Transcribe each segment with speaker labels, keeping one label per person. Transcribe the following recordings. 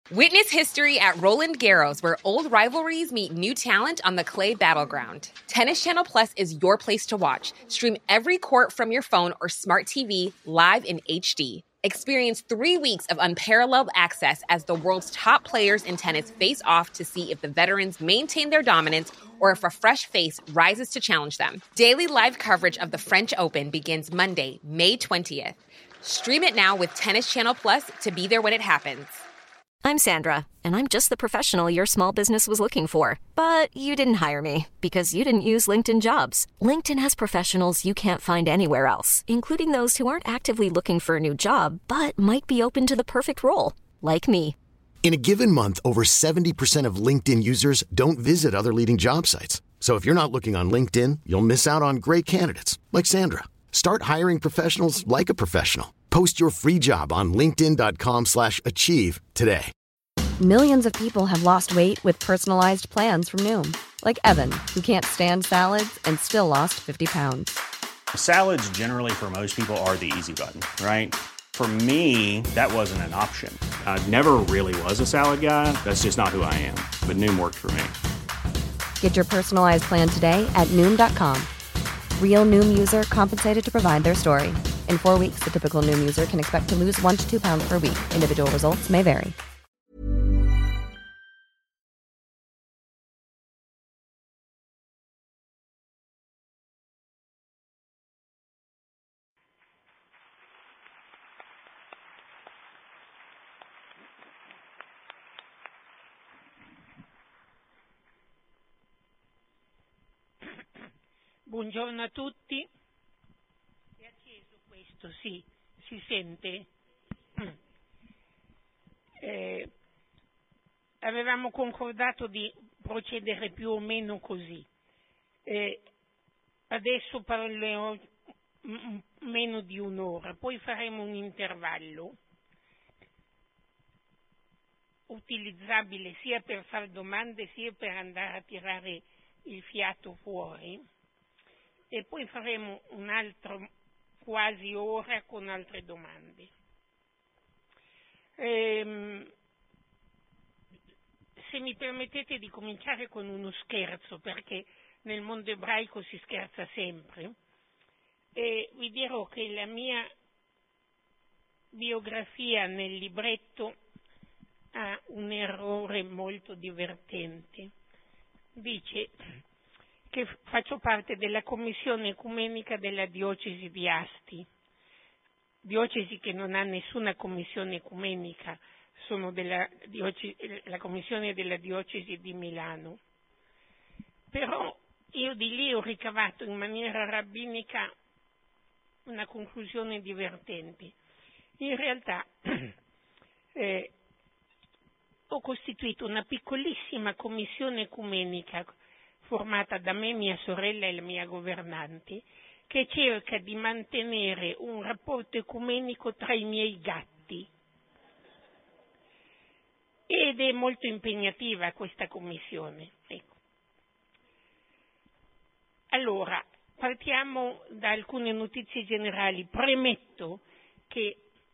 Speaker 1: Witness history at Roland Garros, where old rivalries meet new talent on the clay battleground. Tennis Channel Plus is your place to watch. Stream every court from your phone or smart TV live in HD. Experience 3 weeks of unparalleled access as the world's top players in tennis face off to see if the veterans maintain their dominance or if a fresh face rises to challenge them. Daily live coverage of the French Open begins Monday, May 20th. Stream it now with Tennis Channel Plus to be there when it happens.
Speaker 2: I'm Sandra, and I'm just the professional your small business was looking for. But you didn't hire me because you didn't use LinkedIn Jobs. LinkedIn has professionals you can't find anywhere else, including those who aren't actively looking for a new job, but might be open to the perfect role, like me.
Speaker 3: In a given month, over 70% of LinkedIn users don't visit other leading job sites. So if you're not looking on LinkedIn, you'll miss out on great candidates, like Sandra. Start hiring professionals like a professional. Post your free job on linkedin.com/achieve today.
Speaker 4: Millions of people have lost weight with personalized plans from Noom. Like Evan, who can't stand salads and still lost 50 pounds.
Speaker 5: Salads generally for most people are the easy button, right? For me, that wasn't an option. I never really was a salad guy. That's just not who I am. But Noom worked for me.
Speaker 4: Get your personalized plan today at Noom.com. Real Noom user compensated to provide their story. In 4 weeks, the typical Noom user can expect to lose 1 to 2 pounds per week. Individual results may vary.
Speaker 6: Buongiorno a tutti. È acceso questo, sì, si sente. Avevamo concordato di procedere più o meno così. Adesso parlerò meno di un'ora, poi faremo un intervallo utilizzabile sia per fare domande sia per andare a tirare il fiato fuori. E poi faremo un altro quasi ora con altre domande. Se mi permettete di cominciare con uno scherzo, perché nel mondo ebraico si scherza sempre, vi dirò che la mia biografia nel libretto ha un errore molto divertente. Dice che faccio parte della commissione ecumenica della diocesi di Asti, diocesi che non ha nessuna commissione ecumenica, sono la commissione della diocesi di Milano. Però io di lì ho ricavato in maniera rabbinica una conclusione divertente. In realtà ho costituito una piccolissima commissione ecumenica formata da me, mia sorella e la mia governante, che cerca di mantenere un rapporto ecumenico tra i miei gatti. Ed è molto impegnativa questa commissione. Ecco. Allora, partiamo da alcune notizie generali. Premetto che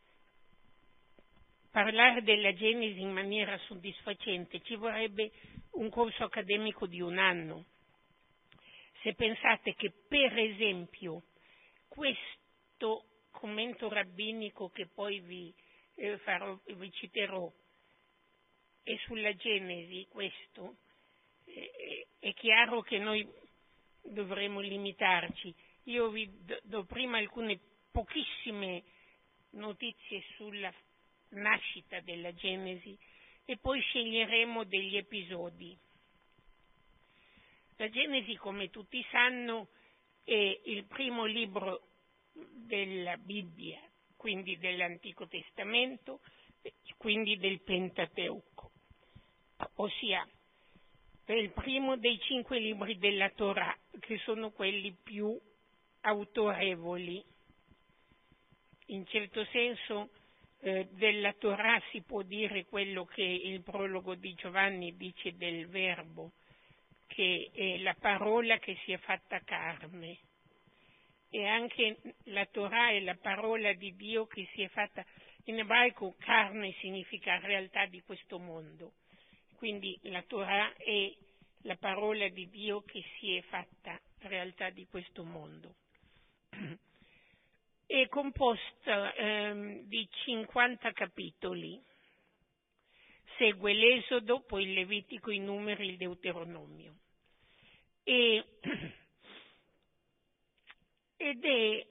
Speaker 6: parlare della Genesi in maniera soddisfacente ci vorrebbe un corso accademico di 1 anno. Se pensate che, per esempio, questo commento rabbinico che poi vi citerò è sulla Genesi, questo, è chiaro che noi dovremo limitarci. Io vi do prima alcune pochissime notizie sulla nascita della Genesi e poi sceglieremo degli episodi. La Genesi, come tutti sanno, è il primo libro della Bibbia, quindi dell'Antico Testamento, quindi del Pentateuco, ossia è il primo dei 5 libri della Torah, che sono quelli più autorevoli. In certo senso della Torah si può dire quello che il prologo di Giovanni dice del Verbo, che è la parola che si è fatta carne, e anche la Torah è la parola di Dio che si è fatta In ebraico carne significa realtà di questo mondo, quindi la Torah è la parola di Dio che si è fatta realtà di questo mondo. È composta di 50 capitoli. Segue l'Esodo, poi il Levitico, i Numeri, il Deuteronomio. Ed è,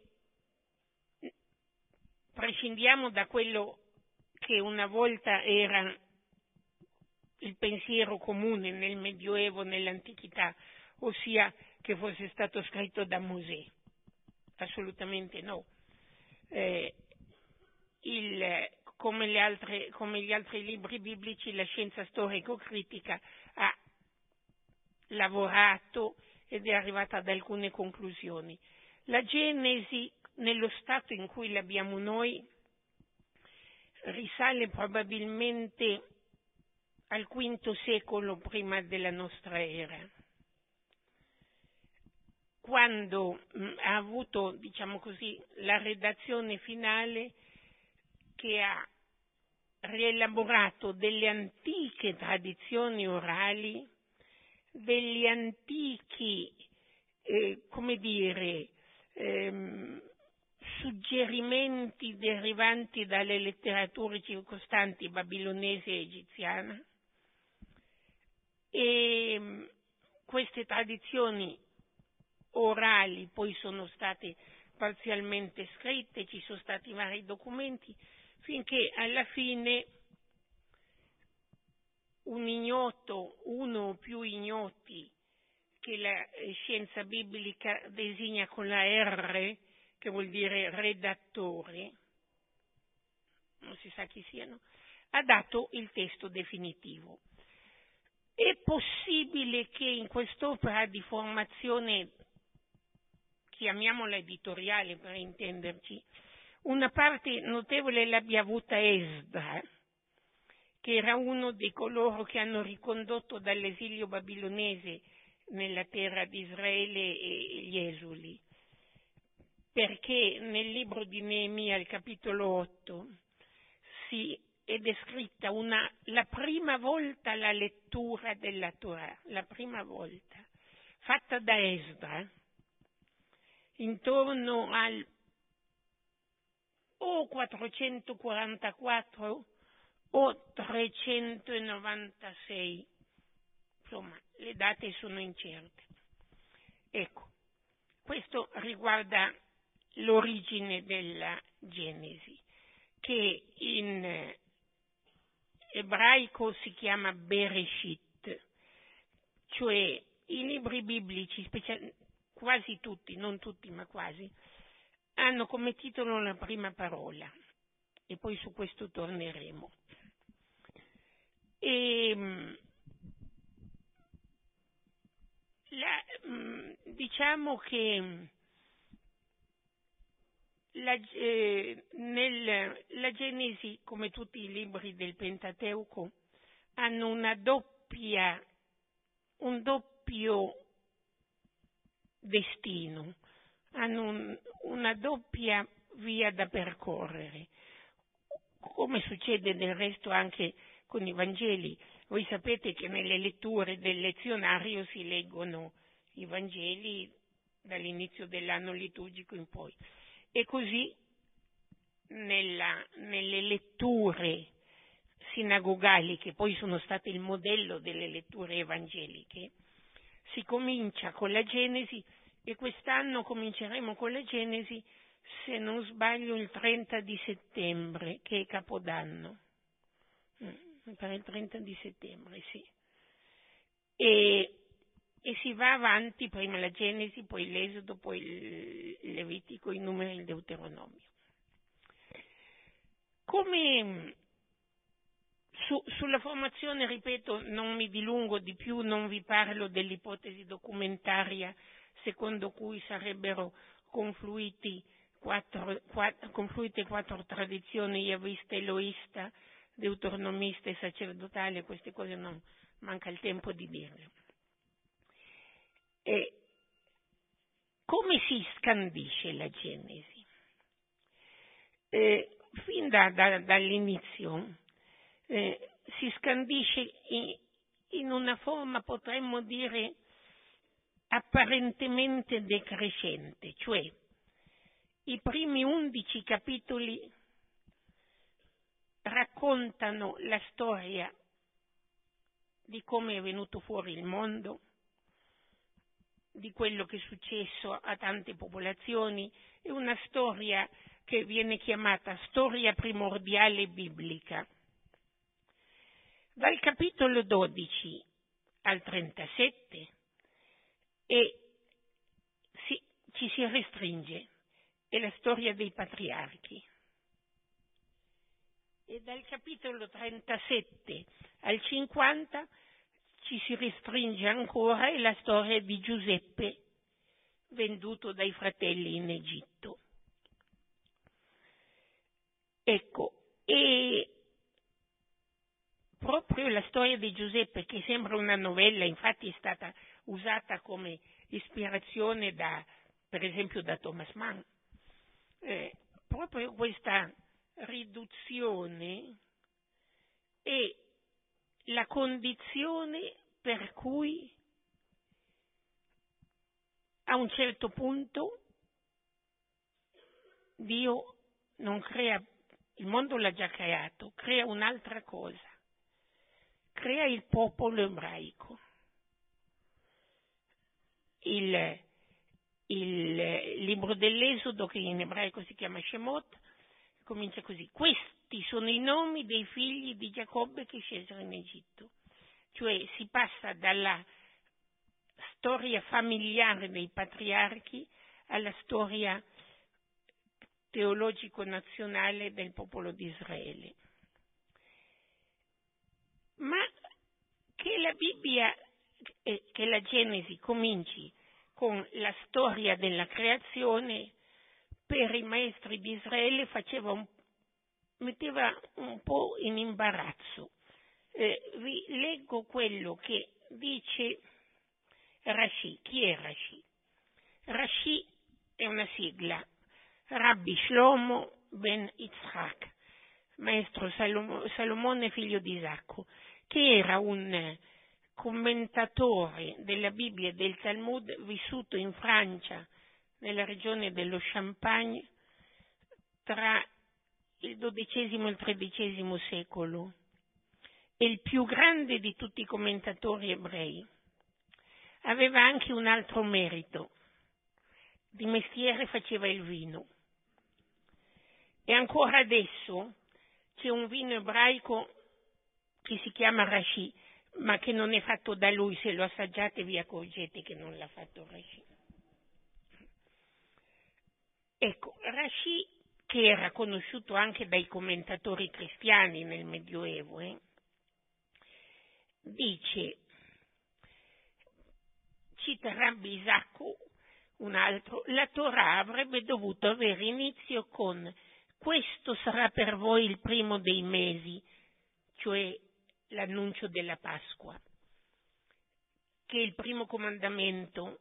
Speaker 6: prescindiamo da quello che una volta era il pensiero comune nel Medioevo, nell'Antichità, ossia che fosse stato scritto da Mosè. Assolutamente no. Come gli altri libri biblici, la scienza storico-critica ha lavorato ed è arrivata ad alcune conclusioni. La Genesi, nello stato in cui l'abbiamo noi, risale probabilmente al V secolo prima della nostra era, quando ha avuto, diciamo così, la redazione finale che ha rielaborato delle antiche tradizioni orali, degli antichi, suggerimenti derivanti dalle letterature circostanti babilonese e egiziana, e queste tradizioni orali poi sono state parzialmente scritte, ci sono stati vari documenti, finché alla fine un ignoto, uno o più ignoti, che la scienza biblica designa con la R, che vuol dire redattore, non si sa chi siano, ha dato il testo definitivo. È possibile che in quest'opera di formazione, chiamiamola editoriale per intenderci, una parte notevole l'abbia avuta Esdra, che era uno di coloro che hanno ricondotto dall'esilio babilonese nella terra di Israele gli esuli, perché nel libro di Neemia, al capitolo 8, è descritta la prima volta la lettura della Torah, la prima volta, fatta da Esdra, intorno al o 444 o 396, insomma le date sono incerte. Ecco, questo riguarda l'origine della Genesi, che in ebraico si chiama Bereshit, cioè i libri biblici, quasi tutti, non tutti ma quasi, hanno come titolo la prima parola, e poi su questo torneremo. Diciamo che la Genesi, come tutti i libri del Pentateuco, hanno un doppio destino, hanno una doppia via da percorrere, come succede del resto anche con i Vangeli. Voi sapete che nelle letture del lezionario si leggono i Vangeli dall'inizio dell'anno liturgico in poi, e così nelle letture sinagogali, che poi sono state il modello delle letture evangeliche, si comincia con la Genesi, e quest'anno cominceremo con la Genesi, se non sbaglio, il 30 di settembre, che è Capodanno. Per il 30 di settembre, sì. E si va avanti, prima la Genesi, poi l'Esodo, poi il Levitico, i Numeri e il Deuteronomio. Sulla formazione, ripeto, non mi dilungo di più, non vi parlo dell'ipotesi documentaria secondo cui sarebbero confluite quattro tradizioni, yavista, eloista, deuteronomista e sacerdotale. Queste cose non manca il tempo di dirle. Come si scandisce la Genesi? fin dall'inizio si scandisce in una forma, potremmo dire, apparentemente decrescente, cioè i primi 11 capitoli raccontano la storia di come è venuto fuori il mondo, di quello che è successo a tante popolazioni. È una storia che viene chiamata storia primordiale biblica. Dal capitolo 12 al 37 ci si restringe, è la storia dei patriarchi. E dal capitolo 37 al 50 ci si restringe ancora, è la storia di Giuseppe venduto dai fratelli in Egitto. Ecco, e proprio la storia di Giuseppe, che sembra una novella, infatti è stata usata come ispirazione per esempio da Thomas Mann, proprio questa riduzione è la condizione per cui a un certo punto Dio non crea, il mondo l'ha già creato, crea un'altra cosa, crea il popolo ebraico. Il libro dell'Esodo, che in ebraico si chiama Shemot, comincia così: questi sono i nomi dei figli di Giacobbe che scesero in Egitto. Cioè si passa dalla storia familiare dei patriarchi alla storia teologico-nazionale del popolo di Israele. Ma che la Bibbia, che la Genesi cominci con la storia della creazione, per i maestri di Israele metteva un po' in imbarazzo. Vi leggo quello che dice Rashi. Chi è Rashi? Rashi è una sigla, Rabbi Shlomo ben Yitzhak, maestro Salomone figlio di Isacco, che era un commentatore della Bibbia e del Talmud vissuto in Francia, nella regione dello Champagne, tra il XII e il XIII secolo. È il più grande di tutti i commentatori ebrei. Aveva anche un altro merito: di mestiere faceva il vino. E ancora adesso c'è un vino ebraico che si chiama Rashi, ma che non è fatto da lui. Se lo assaggiate vi accorgete che non l'ha fatto Rashi. Ecco, Rashi, che era conosciuto anche dai commentatori cristiani nel Medioevo, dice, cita Rabbi Isacco, un altro: la Torah avrebbe dovuto avere inizio con questo sarà per voi il primo dei mesi, cioè l'annuncio della Pasqua, che è il primo comandamento.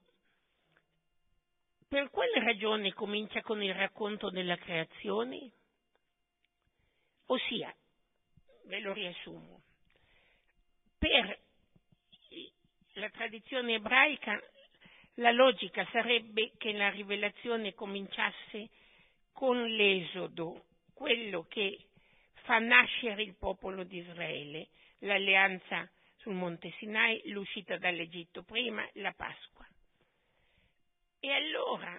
Speaker 6: Per quale ragione comincia con il racconto della creazione? Ossia, ve lo riassumo, per la tradizione ebraica la logica sarebbe che la rivelazione cominciasse con l'Esodo, quello che fa nascere il popolo di Israele, l'alleanza sul Monte Sinai, l'uscita dall'Egitto prima, la Pasqua. E allora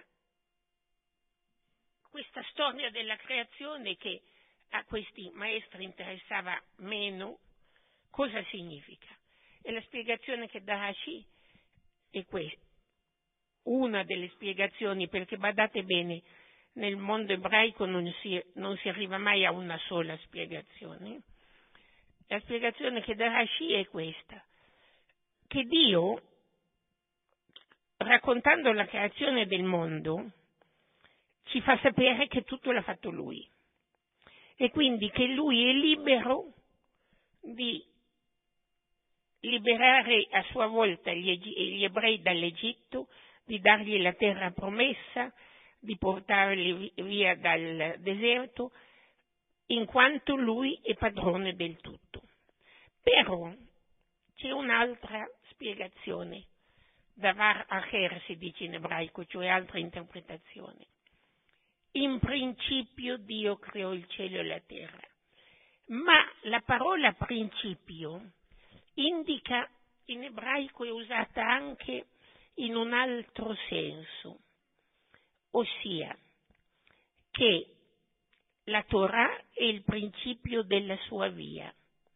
Speaker 6: questa storia della creazione, che a questi maestri interessava meno, cosa significa? E la spiegazione che dà Rashi è questa, una delle spiegazioni, perché badate bene, nel mondo ebraico non si arriva mai a una sola spiegazione. La spiegazione che dà Rashi è questa: che Dio, raccontando la creazione del mondo, ci fa sapere che tutto l'ha fatto Lui, e quindi che Lui è libero di liberare a sua volta gli ebrei dall'Egitto, di dargli la terra promessa, di portarli via dal deserto, in quanto lui è padrone del tutto. Però c'è un'altra spiegazione, davar acher si dice in ebraico, cioè altra interpretazione. In principio Dio creò il cielo e la terra, ma la parola principio indica, in ebraico è usata anche in un altro senso, ossia che la Torah è il principio della sua via,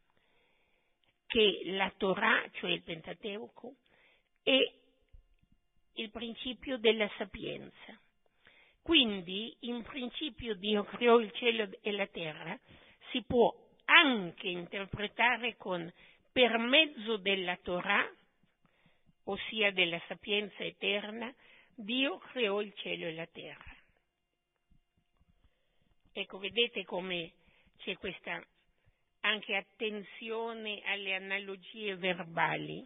Speaker 6: che la Torah, cioè il Pentateuco, è il principio della sapienza. Quindi, in principio Dio creò il cielo e la terra, si può anche interpretare con per mezzo della Torah, ossia della sapienza eterna, Dio creò il cielo e la terra. Ecco, vedete come c'è questa anche attenzione alle analogie verbali.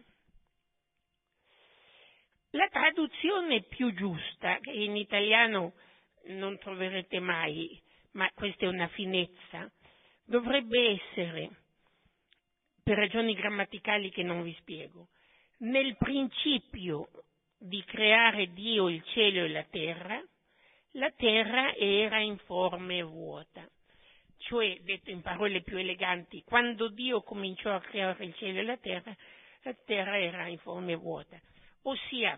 Speaker 6: La traduzione più giusta, che in italiano non troverete mai, ma questa è una finezza, dovrebbe essere, per ragioni grammaticali che non vi spiego, nel principio di creare Dio il cielo e la terra era informe e vuota. Cioè, detto in parole più eleganti, quando Dio cominciò a creare il cielo e la terra era informe e vuota. Ossia,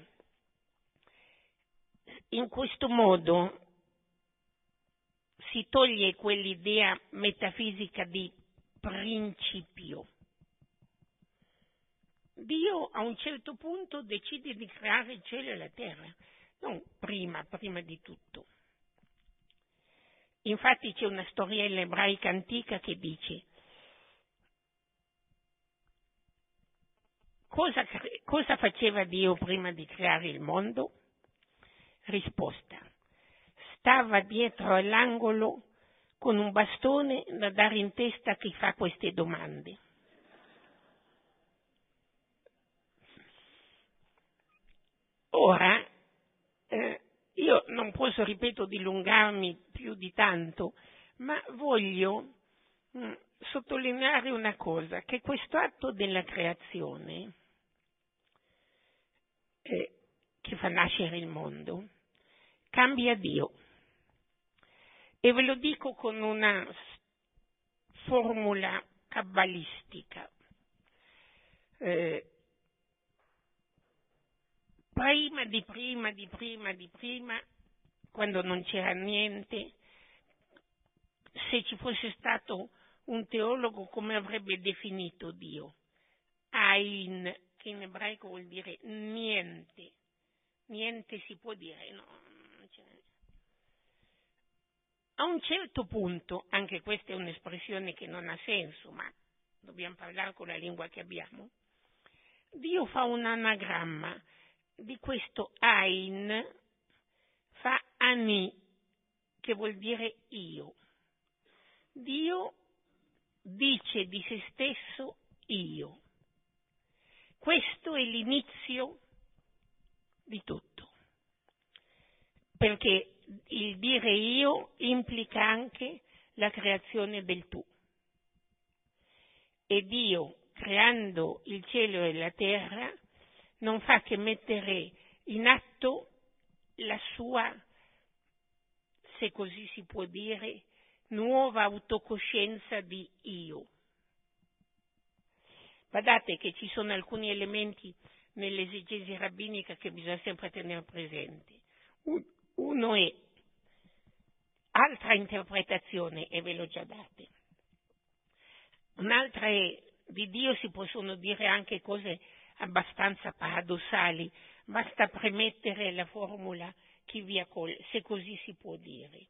Speaker 6: in questo modo si toglie quell'idea metafisica di principio. Dio a un certo punto decide di creare il cielo e la terra, non prima di tutto. Infatti c'è una storiella ebraica antica che dice: cosa faceva Dio prima di creare il mondo? Risposta: stava dietro all'angolo con un bastone da dare in testa a chi fa queste domande. Ora, io non posso, ripeto, dilungarmi più di tanto, ma voglio sottolineare una cosa, che questo atto della creazione che fa nascere il mondo cambia Dio. E ve lo dico con una formula cabalistica. Prima, quando non c'era niente, se ci fosse stato un teologo, come avrebbe definito Dio? Ain, che in ebraico vuol dire niente. Niente si può dire, no, non ce n'è. A un certo punto, anche questa è un'espressione che non ha senso, ma dobbiamo parlare con la lingua che abbiamo, Dio fa un anagramma di questo Ain, fa Ani, che vuol dire io. Dio dice di se stesso io. Questo è l'inizio di tutto, perché il dire io implica anche la creazione del tu. E Dio, creando il cielo e la terra, non fa che mettere in atto la sua, se così si può dire, nuova autocoscienza di io. Guardate che ci sono alcuni elementi nell'esegesi rabbinica che bisogna sempre tenere presenti. Uno è altra interpretazione, e ve l'ho già date. Un'altra è, di Dio si possono dire anche cose abbastanza paradossali, basta premettere la formula chi vi accoglie, se così si può dire.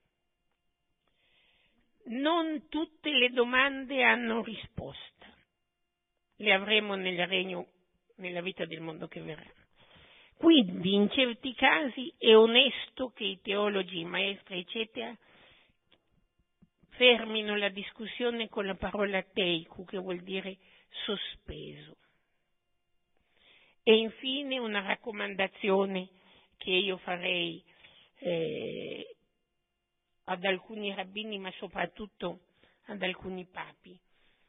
Speaker 6: Non tutte le domande hanno risposta, le avremo nel regno, nella vita del mondo che verrà. Quindi in certi casi è onesto che i teologi, i maestri eccetera fermino la discussione con la parola teiku, che vuol dire sospeso. E infine una raccomandazione che io farei ad alcuni rabbini, ma soprattutto ad alcuni papi.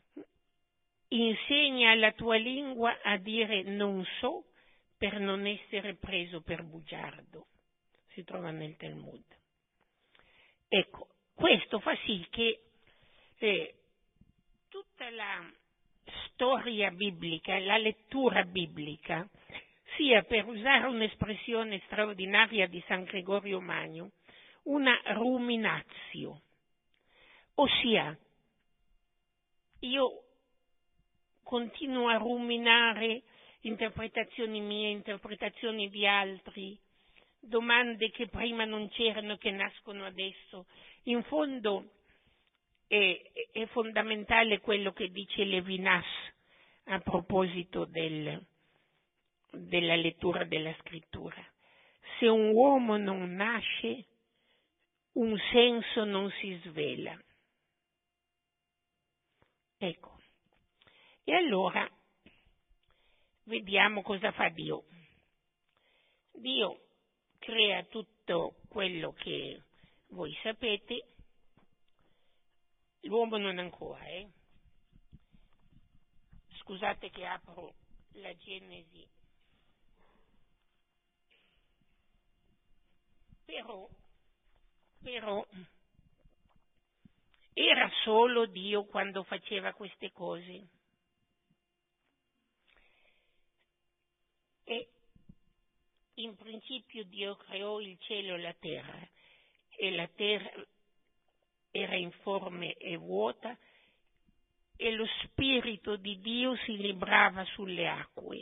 Speaker 6: Insegna alla tua lingua a dire non so per non essere preso per bugiardo. Si trova nel Talmud. Ecco, questo fa sì che tutta la storia biblica, la lettura biblica, sia, per usare un'espressione straordinaria di San Gregorio Magno, una ruminatio. Ossia, io continuo a ruminare interpretazioni mie, interpretazioni di altri, domande che prima non c'erano, che nascono adesso. In fondo è fondamentale quello che dice Levinas a proposito della lettura della scrittura. Se un uomo non nasce, un senso non si svela. Ecco. E allora vediamo cosa fa Dio. Dio crea tutto quello che voi sapete, l'uomo non ancora. Scusate che apro la Genesi. Però era solo Dio quando faceva queste cose. E in principio Dio creò il cielo e la terra era informe e vuota, e lo Spirito di Dio si librava sulle acque.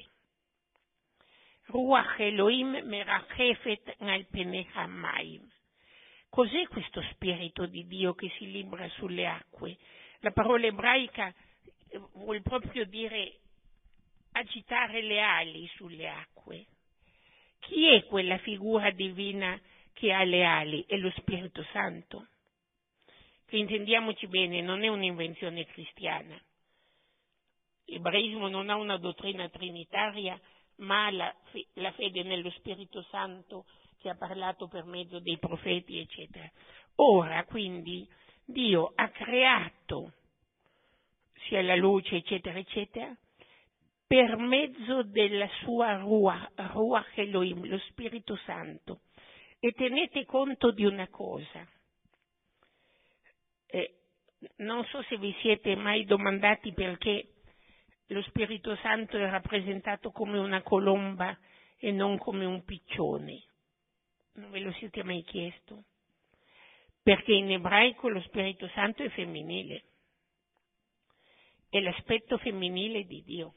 Speaker 6: Ruach Elohim merachefet al pene hamayim. Cos'è questo Spirito di Dio che si libra sulle acque? La parola ebraica vuol proprio dire agitare le ali sulle acque. Chi è quella figura divina che ha le ali? È lo Spirito Santo. Che intendiamoci bene, non è un'invenzione cristiana. L'ebraismo non ha una dottrina trinitaria, ma la fede nello Spirito Santo che ha parlato per mezzo dei profeti, eccetera. Ora, quindi, Dio ha creato sia la luce, eccetera, eccetera, per mezzo della sua Ruach Elohim, lo Spirito Santo. E tenete conto di una cosa. Non so se vi siete mai domandati perché lo Spirito Santo è rappresentato come una colomba e non come un piccione. Non ve lo siete mai chiesto? Perché in ebraico lo Spirito Santo è femminile. È l'aspetto femminile di Dio.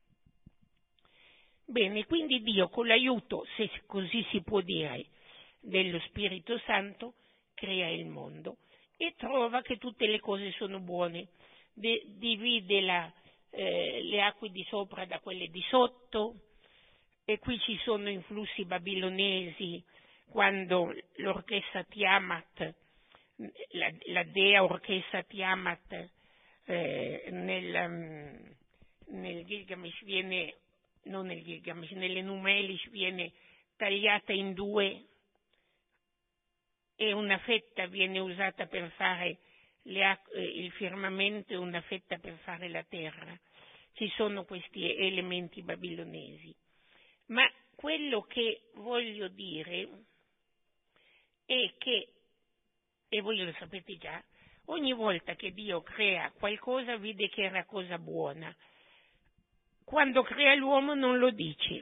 Speaker 6: Bene, quindi Dio, con l'aiuto, se così si può dire, dello Spirito Santo, crea il mondo e trova che tutte le cose sono buone. Divide le acque di sopra da quelle di sotto, e qui ci sono influssi babilonesi, quando l'orchestra Tiamat, la dea orchestra Tiamat nel Gilgamesh viene, non nel Gilgamesh, nell'Enumelish viene tagliata in due e una fetta viene usata per fare il firmamento e una fetta per fare la terra. Ci sono questi elementi babilonesi. Ma quello che voglio dire è che, e voi lo sapete già, ogni volta che Dio crea qualcosa vede che era cosa buona. Quando crea l'uomo non lo dice.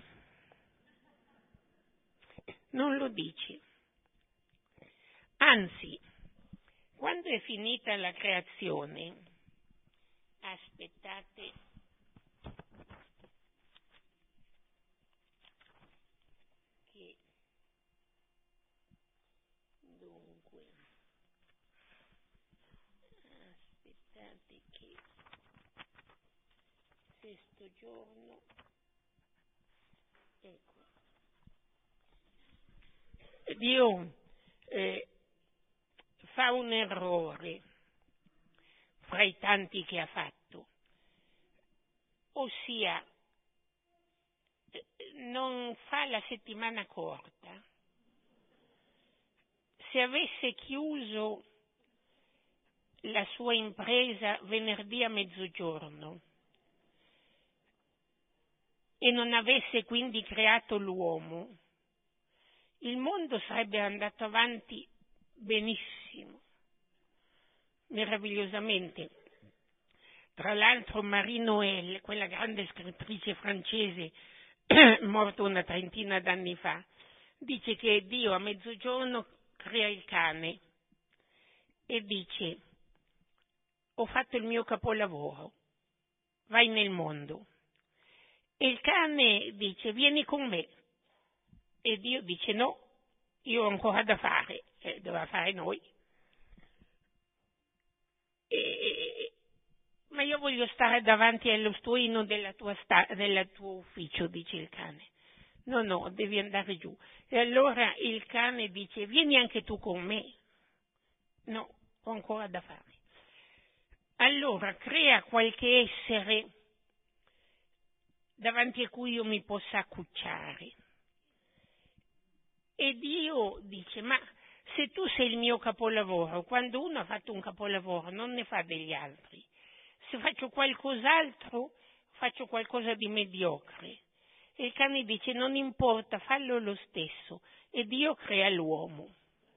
Speaker 6: Non lo dice. Anzi, quando è finita la creazione, aspettate, che dunque, aspettate che sesto giorno, ecco, Dio fa un errore fra i tanti che ha fatto, ossia non fa la settimana corta. Se avesse chiuso la sua impresa venerdì a mezzogiorno e non avesse quindi creato l'uomo, il mondo sarebbe andato avanti benissimo, meravigliosamente. Tra l'altro Marie Noël, quella grande scrittrice francese morta una trentina d'anni fa, dice che Dio a mezzogiorno crea il cane e dice: ho fatto il mio capolavoro, vai nel mondo. E il cane dice: vieni con me. E Dio dice: no, io ho ancora da fare, doveva fare noi. Ma io voglio stare davanti allo stuino del tuo ufficio, dice il cane. No, devi andare giù. E allora il cane dice: vieni anche tu con me. No, ho ancora da fare. Allora crea qualche essere davanti a cui io mi possa accucciare. E Dio dice: ma se tu sei il mio capolavoro, quando uno ha fatto un capolavoro non ne fa degli altri. Se faccio qualcos'altro, faccio qualcosa di mediocre. E il cane dice: non importa, fallo lo stesso. E Dio crea l'uomo.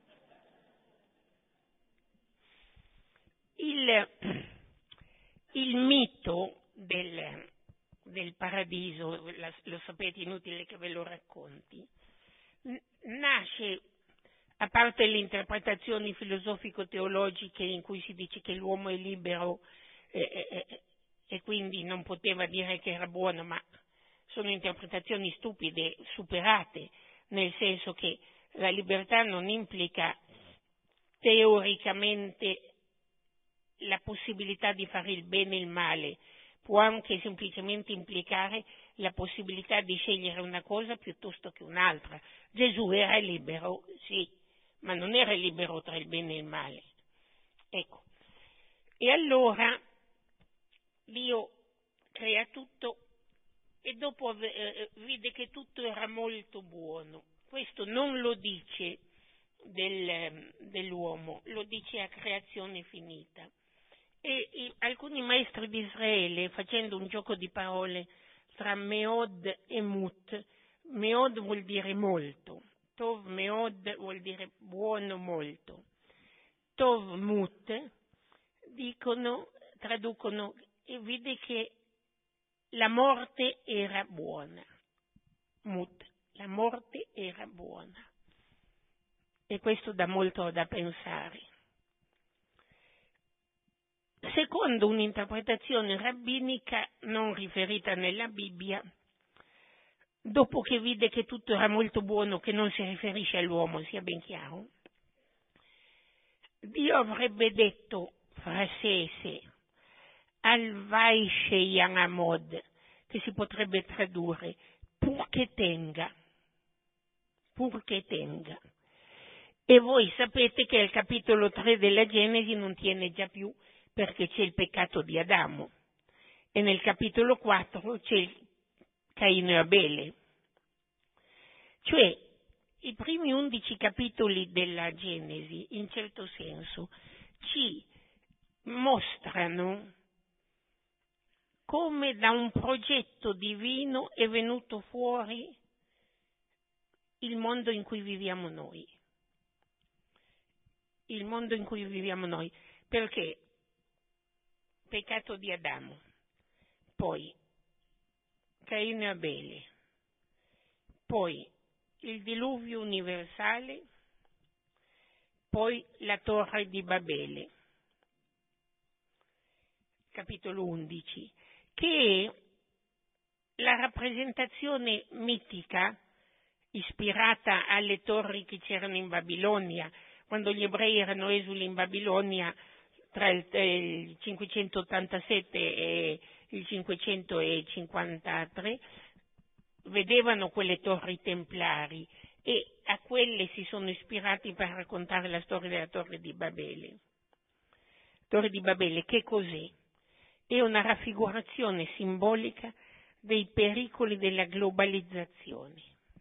Speaker 6: Il mito del paradiso, lo sapete, inutile che ve lo racconti, nasce, a parte le interpretazioni filosofico-teologiche in cui si dice che l'uomo è libero e quindi non poteva dire che era buono, ma sono interpretazioni stupide, superate, nel senso che la libertà non implica teoricamente la possibilità di fare il bene e il male, può anche semplicemente implicare la possibilità di scegliere una cosa piuttosto che un'altra. Gesù era libero, sì, ma non era libero tra il bene e il male. Ecco. E allora Dio crea tutto e dopo vide che tutto era molto buono. Questo non lo dice dell'uomo, lo dice a creazione finita. E alcuni maestri di Israele, facendo un gioco di parole tra meod e mut, meod vuol dire molto, tov meod vuol dire buono molto, tov mut traducono e vide che la morte era buona, mut, la morte era buona, e questo dà molto da pensare. Secondo un'interpretazione rabbinica non riferita nella Bibbia, dopo che vide che tutto era molto buono, che non si riferisce all'uomo, sia ben chiaro, Dio avrebbe detto fra sé e sé, Alvai Sheyan Amod, che si potrebbe tradurre purché tenga. E voi sapete che al capitolo 3 della Genesi non tiene già più, perché c'è il peccato di Adamo, e nel capitolo 4 c'è il Caino e Abele. Cioè, i primi 11 capitoli della Genesi, in certo senso, ci mostrano come da un progetto divino è venuto fuori il mondo in cui viviamo noi. Il mondo in cui viviamo noi. Perché? Peccato di Adamo, poi Caino e Abele, poi il diluvio universale, poi la torre di Babele, capitolo 11, che è la rappresentazione mitica ispirata alle torri che c'erano in Babilonia, quando gli ebrei erano esuli in Babilonia tra il 587 e il 553, vedevano quelle torri templari e a quelle si sono ispirati per raccontare la storia della Torre di Babele. Torre di Babele, che cos'è? È una raffigurazione simbolica dei pericoli della globalizzazione.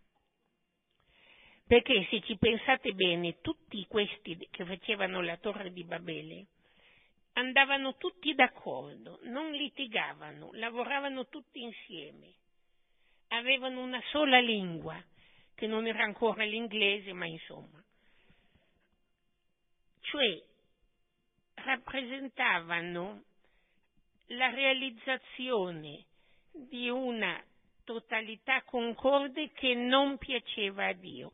Speaker 6: Perché se ci pensate bene, tutti questi che facevano la Torre di Babele andavano tutti d'accordo, non litigavano, lavoravano tutti insieme, avevano una sola lingua, che non era ancora l'inglese, ma insomma. Cioè, rappresentavano la realizzazione di una totalità concorde che non piaceva a Dio.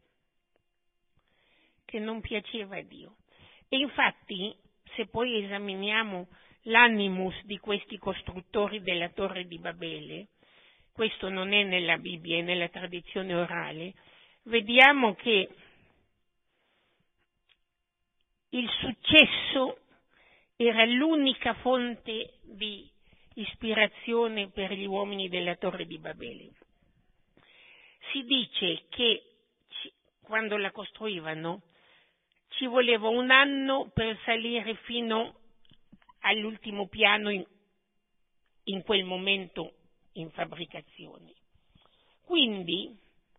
Speaker 6: E infatti, se poi esaminiamo l'animus di questi costruttori della Torre di Babele, questo non è nella Bibbia, è nella tradizione orale, vediamo che il successo era l'unica fonte di ispirazione per gli uomini della Torre di Babele. Si dice che quando la costruivano ci voleva un anno per salire fino all'ultimo piano in quel momento in fabbricazione. Quindi,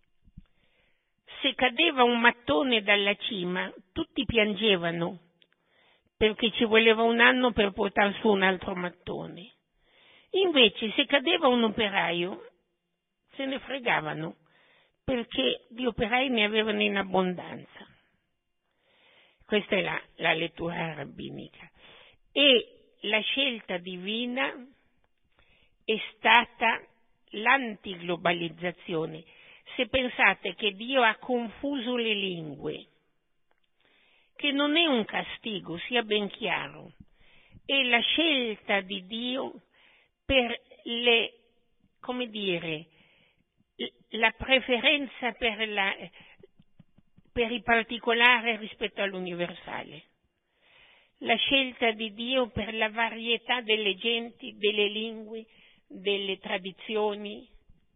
Speaker 6: se cadeva un mattone dalla cima, tutti piangevano, perché ci voleva un anno per portare su un altro mattone. Invece, se cadeva un operaio, se ne fregavano, perché di operai ne avevano in abbondanza. Questa è la lettura rabbinica. E la scelta divina è stata l'antiglobalizzazione. Se pensate che Dio ha confuso le lingue, che non è un castigo, sia ben chiaro, è la scelta di Dio per la preferenza per i particolari rispetto all'universale. La scelta di Dio per la varietà delle genti, delle lingue, delle tradizioni,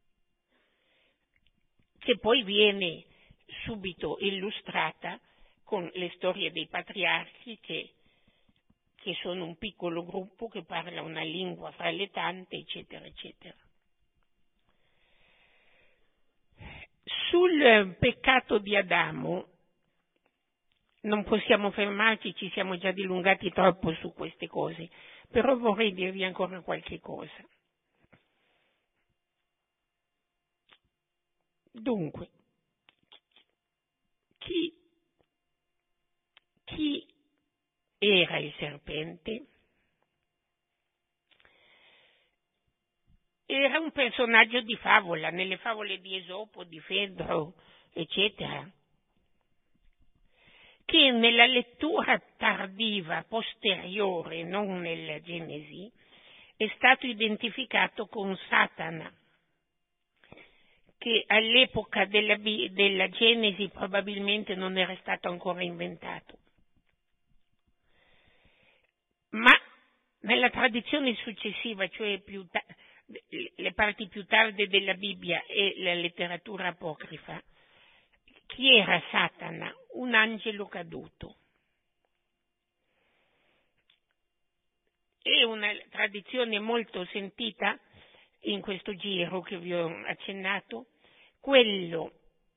Speaker 6: che poi viene subito illustrata con le storie dei patriarchi che sono un piccolo gruppo che parla una lingua fra le tante, eccetera, eccetera. Sul peccato di Adamo non possiamo fermarci, ci siamo già dilungati troppo su queste cose, però vorrei dirvi ancora qualche cosa. Dunque, chi era il serpente? Era un personaggio di favola, nelle favole di Esopo, di Fedro, eccetera, che nella lettura tardiva, posteriore, non nella Genesi, è stato identificato con Satana, che all'epoca della Genesi probabilmente non era stato ancora inventato. Ma nella tradizione successiva, cioè le parti più tarde della Bibbia e la letteratura apocrifa, chi era Satana? Un angelo caduto. È una tradizione molto sentita in questo giro che vi ho accennato, quello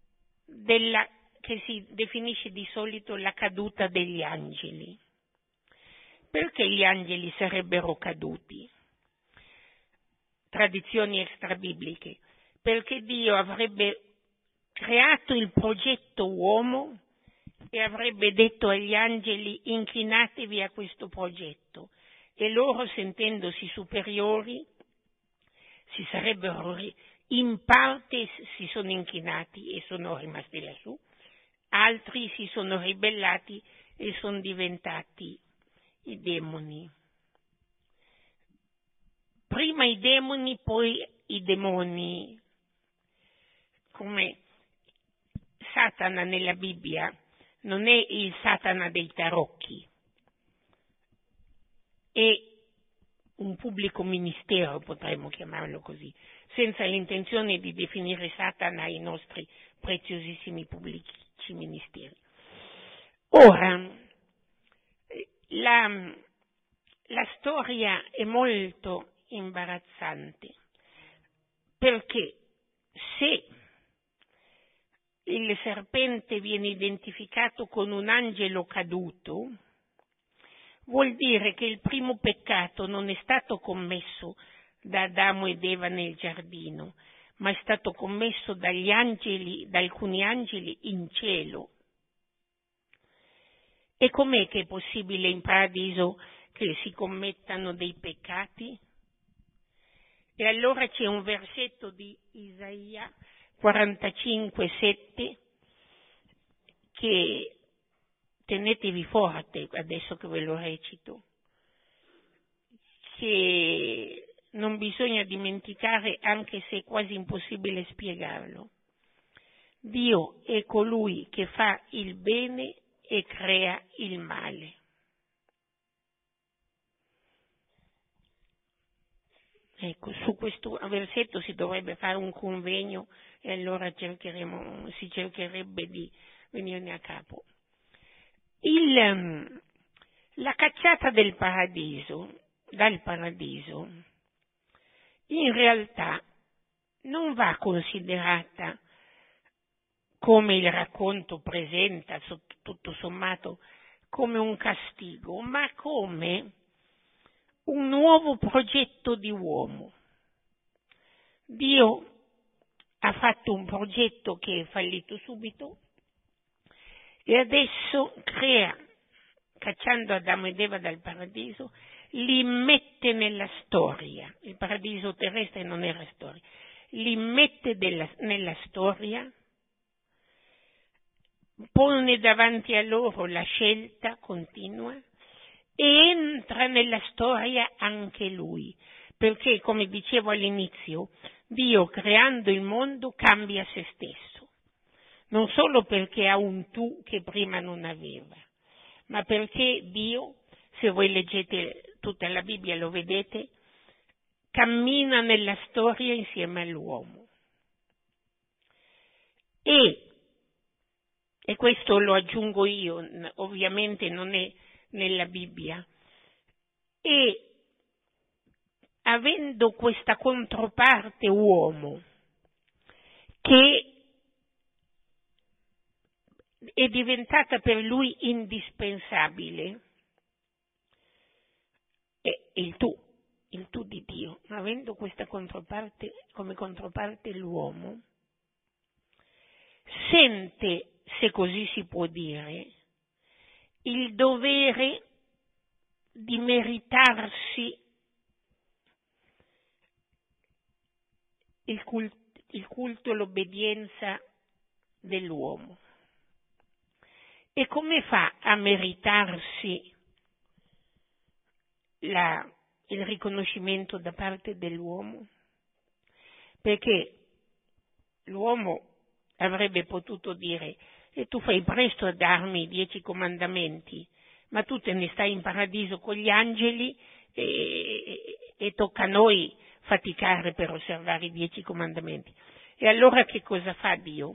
Speaker 6: che si definisce di solito la caduta degli angeli. Perché gli angeli sarebbero caduti? Tradizioni extrabibliche. Perché Dio avrebbe creato il progetto uomo e avrebbe detto agli angeli: inchinatevi a questo progetto, e loro, sentendosi superiori, si sarebbero in parte si sono inchinati e sono rimasti lassù, altri si sono ribellati e sono diventati i demoni. Prima i demoni, poi i demoni. Come Satana nella Bibbia non è il Satana dei tarocchi, è un pubblico ministero, potremmo chiamarlo così, senza l'intenzione di definire Satana i nostri preziosissimi pubblici ministeri. Ora, la storia è molto imbarazzante, perché se il serpente viene identificato con un angelo caduto, vuol dire che il primo peccato non è stato commesso da Adamo ed Eva nel giardino, ma è stato commesso dagli angeli, da alcuni angeli in cielo. E com'è che è possibile in paradiso che si commettano dei peccati? E allora c'è un versetto di Isaia 45,7 che tenetevi forte adesso che ve lo recito, che non bisogna dimenticare anche se è quasi impossibile spiegarlo. Dio è colui che fa il bene e crea il male. Ecco, su questo versetto si dovrebbe fare un convegno e allora si cercherebbe di venirne a capo. La cacciata dal paradiso, in realtà non va considerata come il racconto presenta, tutto sommato, come un castigo, ma come un nuovo progetto di uomo. Dio ha fatto un progetto che è fallito subito e adesso crea, cacciando Adamo ed Eva dal paradiso, li mette nella storia. Il paradiso terrestre non era storia. Li mette nella storia, pone davanti a loro la scelta continua e entra nella storia anche lui, perché, come dicevo all'inizio, Dio creando il mondo cambia se stesso, non solo perché ha un tu che prima non aveva, ma perché Dio, se voi leggete tutta la Bibbia lo vedete, cammina nella storia insieme all'uomo. E questo lo aggiungo io, ovviamente non è nella Bibbia, e avendo questa controparte uomo che è diventata per lui indispensabile, è il tu di Dio, avendo questa controparte come controparte l'uomo, sente, se così si può dire, il dovere di meritarsi il culto e l'obbedienza dell'uomo. E come fa a meritarsi il riconoscimento da parte dell'uomo? Perché l'uomo avrebbe potuto dire: e tu fai presto a darmi i 10 comandamenti, ma tu te ne stai in paradiso con gli angeli e tocca a noi faticare per osservare i 10 comandamenti. E allora che cosa fa Dio?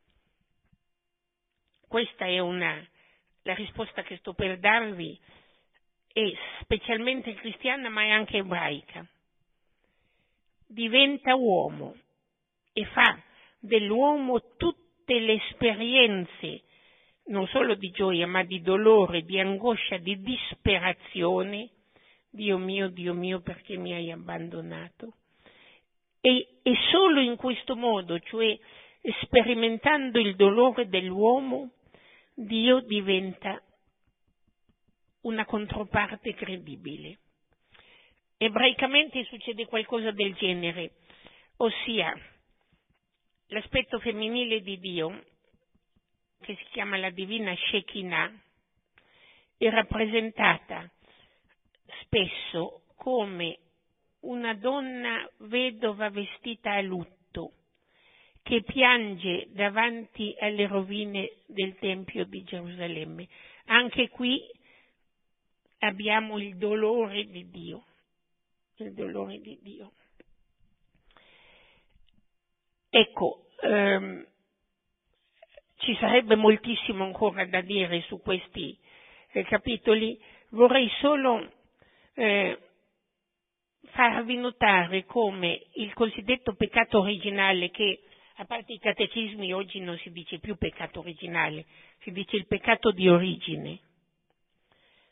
Speaker 6: Questa è la risposta che sto per darvi, è specialmente cristiana ma è anche ebraica. Diventa uomo e fa dell'uomo tutte le esperienze, non solo di gioia, ma di dolore, di angoscia, di disperazione. Dio mio, perché mi hai abbandonato? E solo in questo modo, cioè sperimentando il dolore dell'uomo, Dio diventa una controparte credibile. Ebraicamente succede qualcosa del genere, ossia l'aspetto femminile di Dio, che si chiama la divina Shekinah, è rappresentata spesso come una donna vedova vestita a lutto, che piange davanti alle rovine del Tempio di Gerusalemme. Anche qui abbiamo il dolore di Dio, il dolore di Dio. Ecco, ci sarebbe moltissimo ancora da dire su questi capitoli. Vorrei solo farvi notare come il cosiddetto peccato originale, che a parte i catechismi oggi non si dice più peccato originale, si dice il peccato di origine,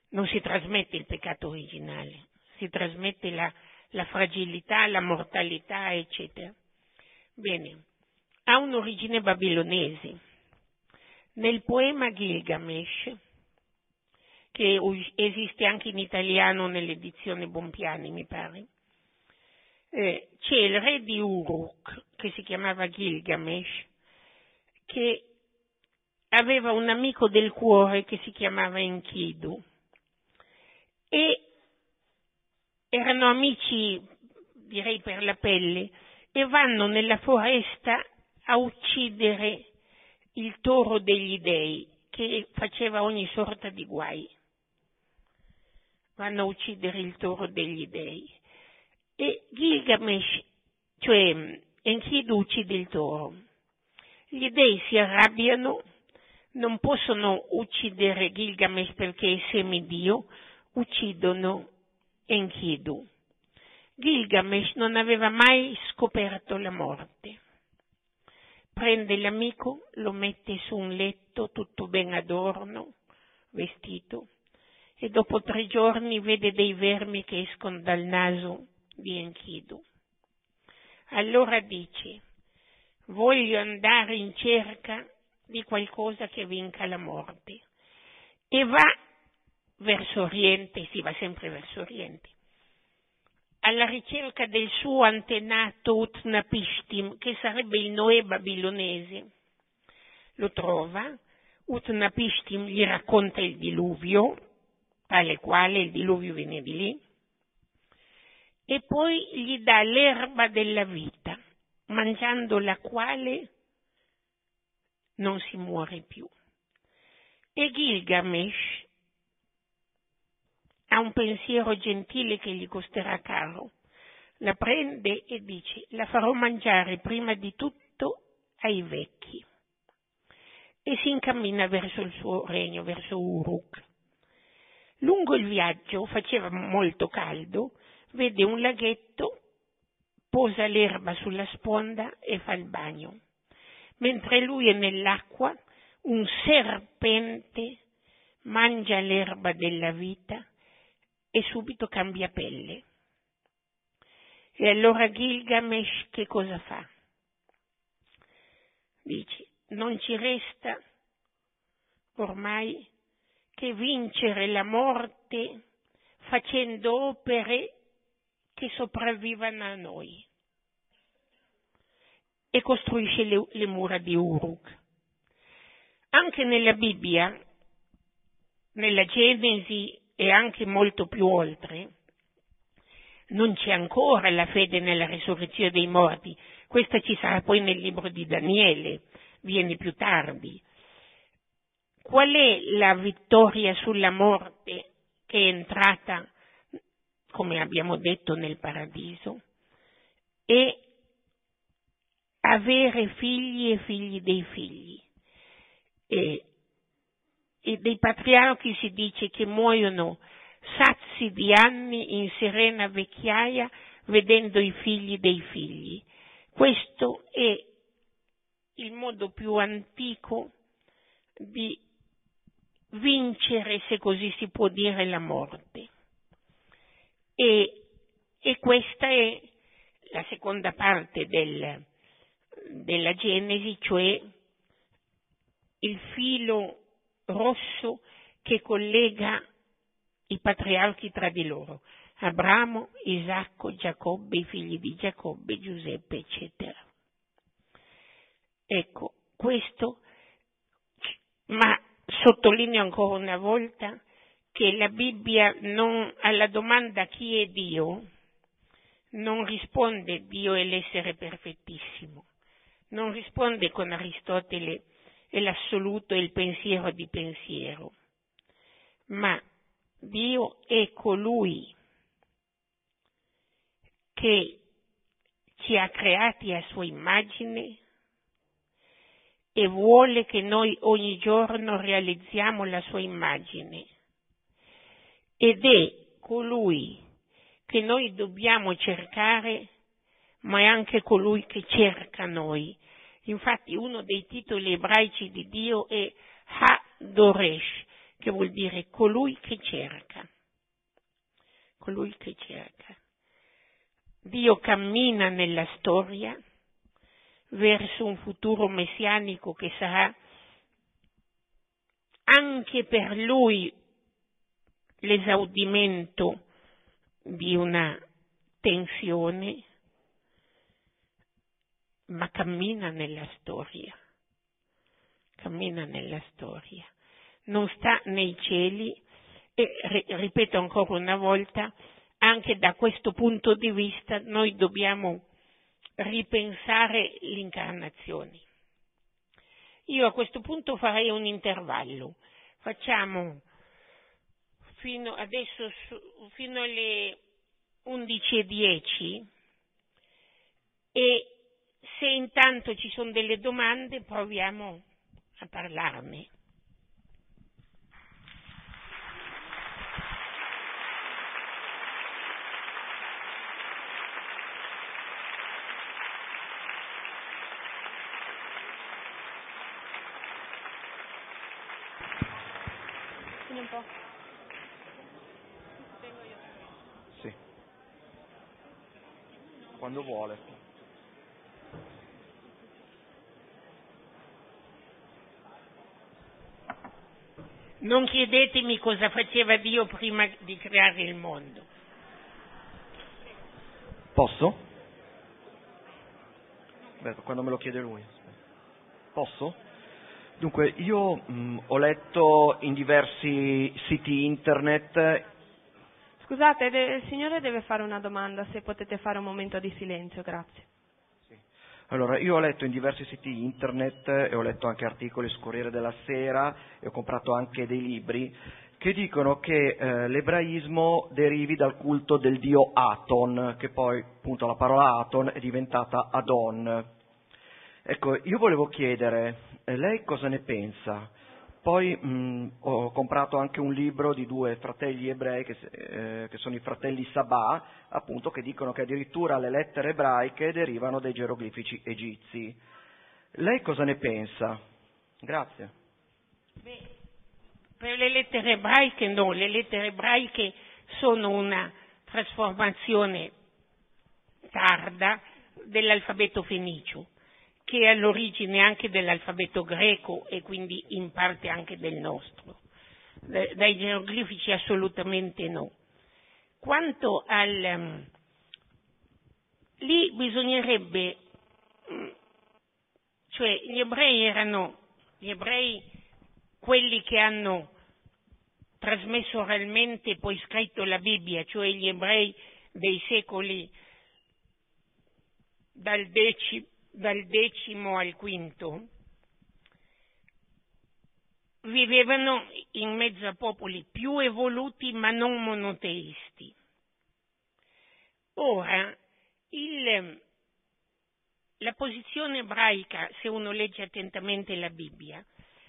Speaker 6: non si trasmette il peccato originale, si trasmette la fragilità, la mortalità, eccetera. Bene, ha un'origine babilonese. Nel poema Gilgamesh, che esiste anche in italiano nell'edizione Bompiani, mi pare, c'è il re di Uruk, che si chiamava Gilgamesh, che aveva un amico del cuore che si chiamava Enkidu, e erano amici, direi per la pelle, e vanno nella foresta a uccidere il toro degli dei, che faceva ogni sorta di guai. Vanno a uccidere il toro degli dei. E Gilgamesh, cioè Enkidu, uccide il toro. Gli dei si arrabbiano, non possono uccidere Gilgamesh perché è semidio, uccidono Enkidu. Gilgamesh non aveva mai scoperto la morte. Prende l'amico, lo mette su un letto tutto ben adorno, vestito, e dopo 3 giorni vede dei vermi che escono dal naso di Enkidu. Allora dice: voglio andare in cerca di qualcosa che vinca la morte. E va verso oriente, si va sempre verso oriente, alla ricerca del suo antenato Utnapishtim, che sarebbe il Noè babilonese. Lo trova, Utnapishtim gli racconta il diluvio, tale quale il diluvio viene di lì, e poi gli dà l'erba della vita, mangiando la quale non si muore più. E Gilgamesh ha un pensiero gentile che gli costerà caro. La prende e dice: la farò mangiare prima di tutto ai vecchi. E si incammina verso il suo regno, verso Uruk. Lungo il viaggio, faceva molto caldo, vede un laghetto, posa l'erba sulla sponda e fa il bagno. Mentre lui è nell'acqua, un serpente mangia l'erba della vita e subito cambia pelle. E allora Gilgamesh che cosa fa? Dice: non ci resta ormai che vincere la morte facendo opere che sopravvivano a noi. E costruisce le mura di Uruk. Anche nella Bibbia, nella Genesi e anche molto più oltre, non c'è ancora la fede nella risurrezione dei morti. Questa ci sarà poi nel libro di Daniele, viene più tardi. Qual è la vittoria sulla morte che è entrata, come abbiamo detto, nel paradiso? È avere figli e figli dei figli. E dei patriarchi si dice che muoiono sazi di anni in serena vecchiaia vedendo i figli dei figli. Questo è il modo più antico di vincere, se così si può dire, la morte. E questa è la seconda parte della Genesi, cioè il filo rosso che collega i patriarchi tra di loro: Abramo, Isacco, Giacobbe, i figli di Giacobbe, Giuseppe, eccetera. Ecco, questo, ma sottolineo ancora una volta che la Bibbia alla domanda chi è Dio non risponde Dio è l'essere perfettissimo, non risponde con Aristotele è l'assoluto e il pensiero di pensiero, ma Dio è colui che ci ha creati a sua immagine e vuole che noi ogni giorno realizziamo la sua immagine, ed è colui che noi dobbiamo cercare, ma è anche colui che cerca noi. Infatti uno dei titoli ebraici di Dio è Ha-Doresh, che vuol dire colui che cerca. Colui che cerca. Dio cammina nella storia verso un futuro messianico che sarà anche per lui l'esaudimento di una tensione, ma cammina nella storia, non sta nei cieli e, ripeto ancora una volta, anche da questo punto di vista noi dobbiamo ripensare l'incarnazione. Io a questo punto farei un intervallo, facciamo fino alle 11:10 e se intanto ci sono delle domande proviamo a parlarne.
Speaker 7: Un po'.
Speaker 8: Sì. Quando vuole.
Speaker 6: Non chiedetemi cosa faceva Dio prima di creare il mondo.
Speaker 8: Posso? Beh, quando me lo chiede lui. Posso? Dunque, io ho letto in diversi siti internet.
Speaker 7: Scusate, il signore deve fare una domanda, se potete fare un momento di silenzio, grazie.
Speaker 8: Sì. Allora, io ho letto in diversi siti internet e ho letto anche articoli sul Corriere della Sera e ho comprato anche dei libri che dicono che l'ebraismo derivi dal culto del dio Aton, che poi appunto la parola Aton è diventata Adon. Ecco, io volevo chiedere, lei cosa ne pensa? Poi ho comprato anche un libro di due fratelli ebrei che sono i fratelli Sabà, appunto, che dicono che addirittura le lettere ebraiche derivano dai geroglifici egizi. Lei cosa ne pensa? Grazie.
Speaker 6: Beh, per le lettere ebraiche no, le lettere ebraiche sono una trasformazione tarda dell'alfabeto fenicio, che è all'origine anche dell'alfabeto greco e quindi in parte anche del nostro. Dai geroglifici assolutamente no. Quanto al... lì bisognerebbe... cioè gli ebrei quelli che hanno trasmesso oralmente e poi scritto la Bibbia, cioè gli ebrei dei secoli dal X al V, vivevano in mezzo a popoli più evoluti ma non monoteisti. Ora, la posizione ebraica, se uno legge attentamente la Bibbia,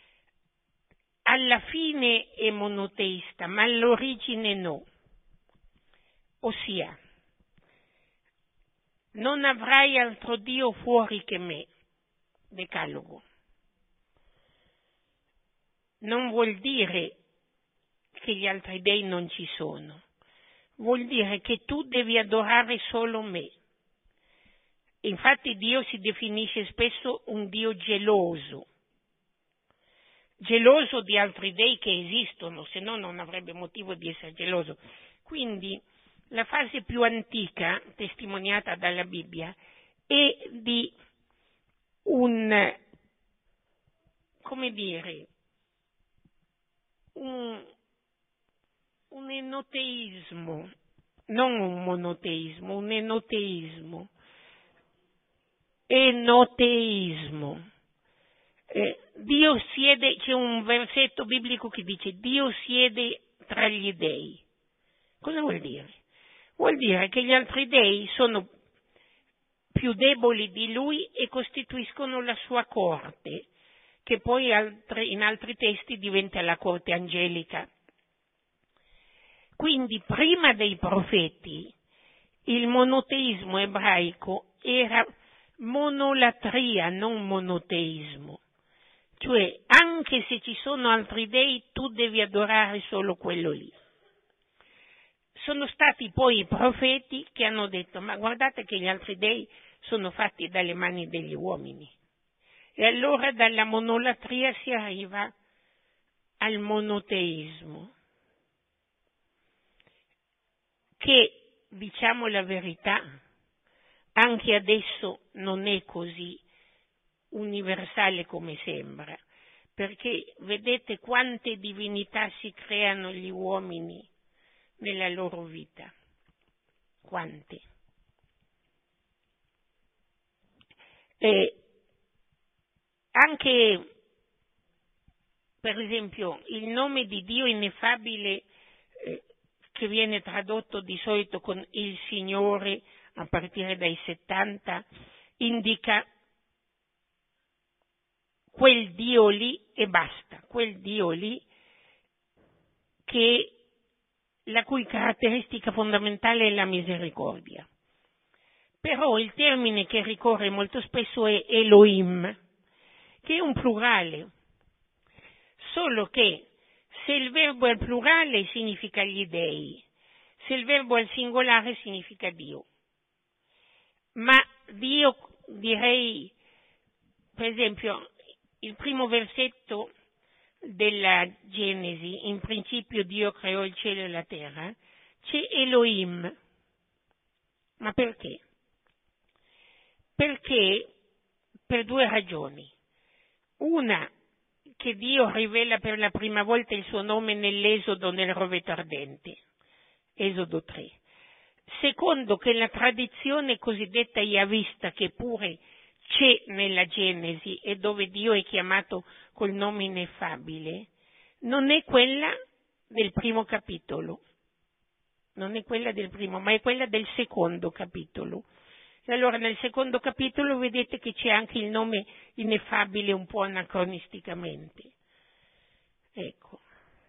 Speaker 6: alla fine è monoteista, ma all'origine no. Ossia, non avrai altro Dio fuori che me, Decalogo. Non vuol dire che gli altri dei non ci sono, vuol dire che tu devi adorare solo me. Infatti Dio si definisce spesso un Dio geloso di altri dei che esistono, se no non avrebbe motivo di essere geloso. Quindi la fase più antica, testimoniata dalla Bibbia, è di un enoteismo, non un monoteismo, un enoteismo. Dio siede, c'è un versetto biblico che dice Dio siede tra gli dei. Cosa vuol dire? Vuol dire che gli altri dei sono più deboli di lui e costituiscono la sua corte, che poi in altri testi diventa la corte angelica. Quindi prima dei profeti il monoteismo ebraico era monolatria, non monoteismo. Cioè, anche se ci sono altri dei, tu devi adorare solo quello lì. Sono stati poi i profeti che hanno detto, ma guardate che gli altri dei sono fatti dalle mani degli uomini. E allora dalla monolatria si arriva al monoteismo, che, diciamo la verità, anche adesso non è così universale come sembra, perché vedete quante divinità si creano gli uomini nella loro vita, quante. Anche, per esempio, il nome di Dio ineffabile, che viene tradotto di solito con il Signore a partire dai 70, indica quel Dio lì e basta, quel Dio lì la cui caratteristica fondamentale è la misericordia. Però il termine che ricorre molto spesso è Elohim, che è un plurale, solo che se il verbo è al plurale significa gli dei, se il verbo è al singolare significa Dio. Ma Dio, direi, per esempio, il primo versetto della Genesi, in principio Dio creò il cielo e la terra, c'è Elohim. Ma perché? Perché per due ragioni. Una, che Dio rivela per la prima volta il suo nome nell'Esodo nel roveto ardente, Esodo 3. Secondo, che la tradizione cosiddetta yavista, che pure c'è nella Genesi e dove Dio è chiamato col nome ineffabile, non è quella del primo capitolo, non è quella del primo, ma è quella del secondo capitolo. E allora nel secondo capitolo vedete che c'è anche il nome ineffabile un po' anacronisticamente. Ecco.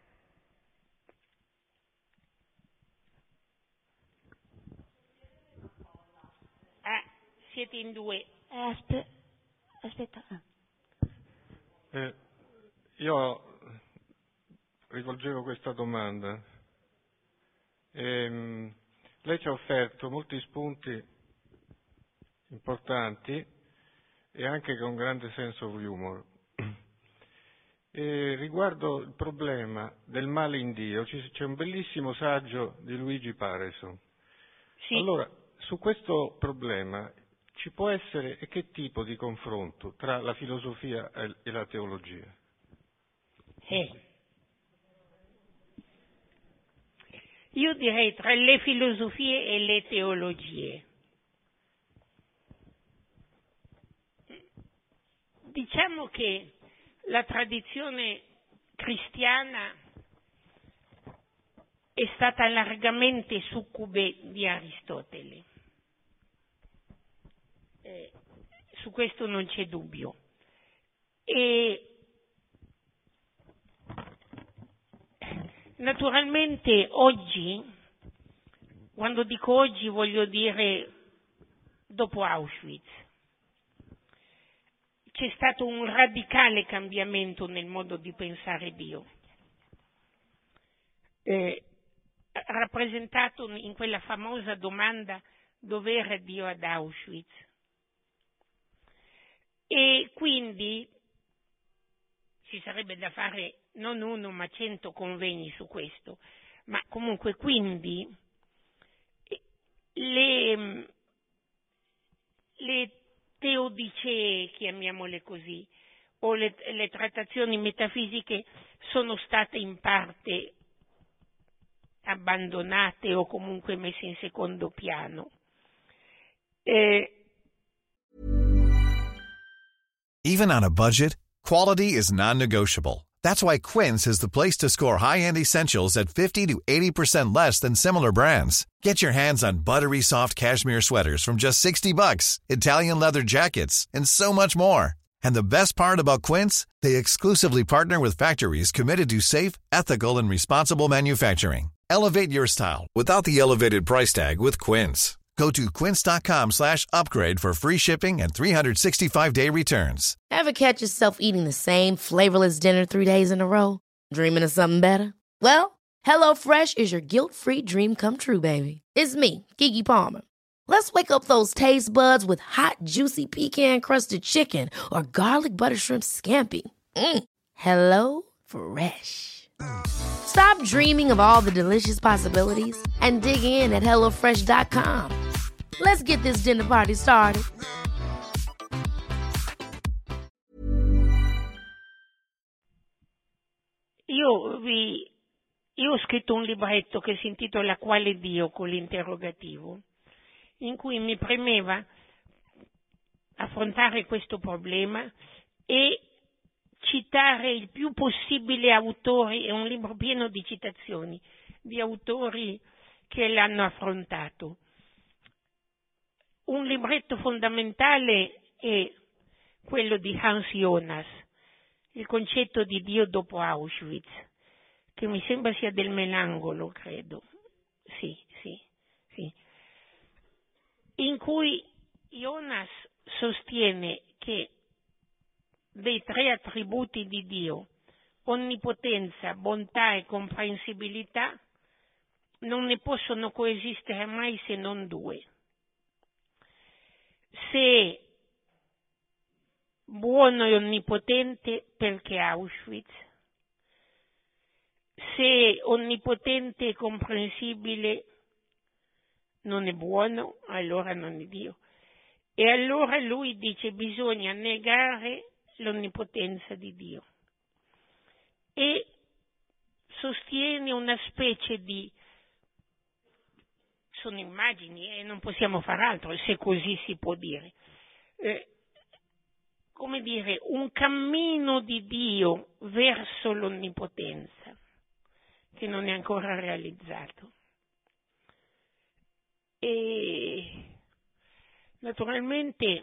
Speaker 6: Siete in due. Aspetta.
Speaker 9: Io rivolgevo questa domanda. Lei ci ha offerto molti spunti importanti e anche con grande senso of humor. E riguardo il problema del male in Dio, c'è un bellissimo saggio di Luigi Pareso. Sì. Allora, su questo problema ci può essere, e che tipo di confronto tra la filosofia e la teologia?
Speaker 6: Io direi tra le filosofie e le teologie. Diciamo che la tradizione cristiana è stata largamente succube di Aristotele. Su questo non c'è dubbio. E naturalmente oggi, quando dico oggi voglio dire dopo Auschwitz, c'è stato un radicale cambiamento nel modo di pensare Dio, rappresentato in quella famosa domanda: dov'era Dio ad Auschwitz? E quindi ci sarebbe da fare non 1 ma 100 convegni su questo, ma comunque quindi le teodicee, chiamiamole così, o le trattazioni metafisiche sono state in parte abbandonate o comunque messe in secondo piano.
Speaker 10: Even on a budget, quality is non-negotiable. That's why Quince is the place to score high-end essentials at 50 to 80% less than similar brands. Get your hands on buttery soft cashmere sweaters from just $60, Italian leather jackets, and so much more. And the best part about Quince, they exclusively partner with factories committed to safe, ethical, and responsible manufacturing. Elevate your style without the elevated price tag with Quince. Go to quince.com/upgrade for free shipping and 365-day returns.
Speaker 11: Ever catch yourself eating the same flavorless dinner 3 days in a row? Dreaming of something better? Well, HelloFresh is your guilt-free dream come true, baby. It's me, Keke Palmer. Let's wake up those taste buds with hot, juicy pecan-crusted chicken or garlic butter shrimp scampi. Hello Fresh. Stop dreaming of all the delicious possibilities and dig in at HelloFresh.com. Let's get this dinner party started.
Speaker 6: Io ho scritto un libretto che si intitola Quale Dio con l'interrogativo, in cui mi premeva affrontare questo problema e citare il più possibile autori, è un libro pieno di citazioni di autori che l'hanno affrontato. Un libretto fondamentale è quello di Hans Jonas, Il concetto di Dio dopo Auschwitz, che mi sembra sia del Melangolo, credo. Sì. In cui Jonas sostiene che dei 3 attributi di Dio, onnipotenza, bontà e comprensibilità, non ne possono coesistere mai se non 2. Se buono e onnipotente, perché Auschwitz? Se onnipotente e comprensibile non è buono, allora non è Dio. E allora lui dice bisogna negare l'onnipotenza di Dio. E sostiene una specie di, sono immagini e non possiamo far altro, se così si può dire, come dire, un cammino di Dio verso l'onnipotenza che non è ancora realizzato. E naturalmente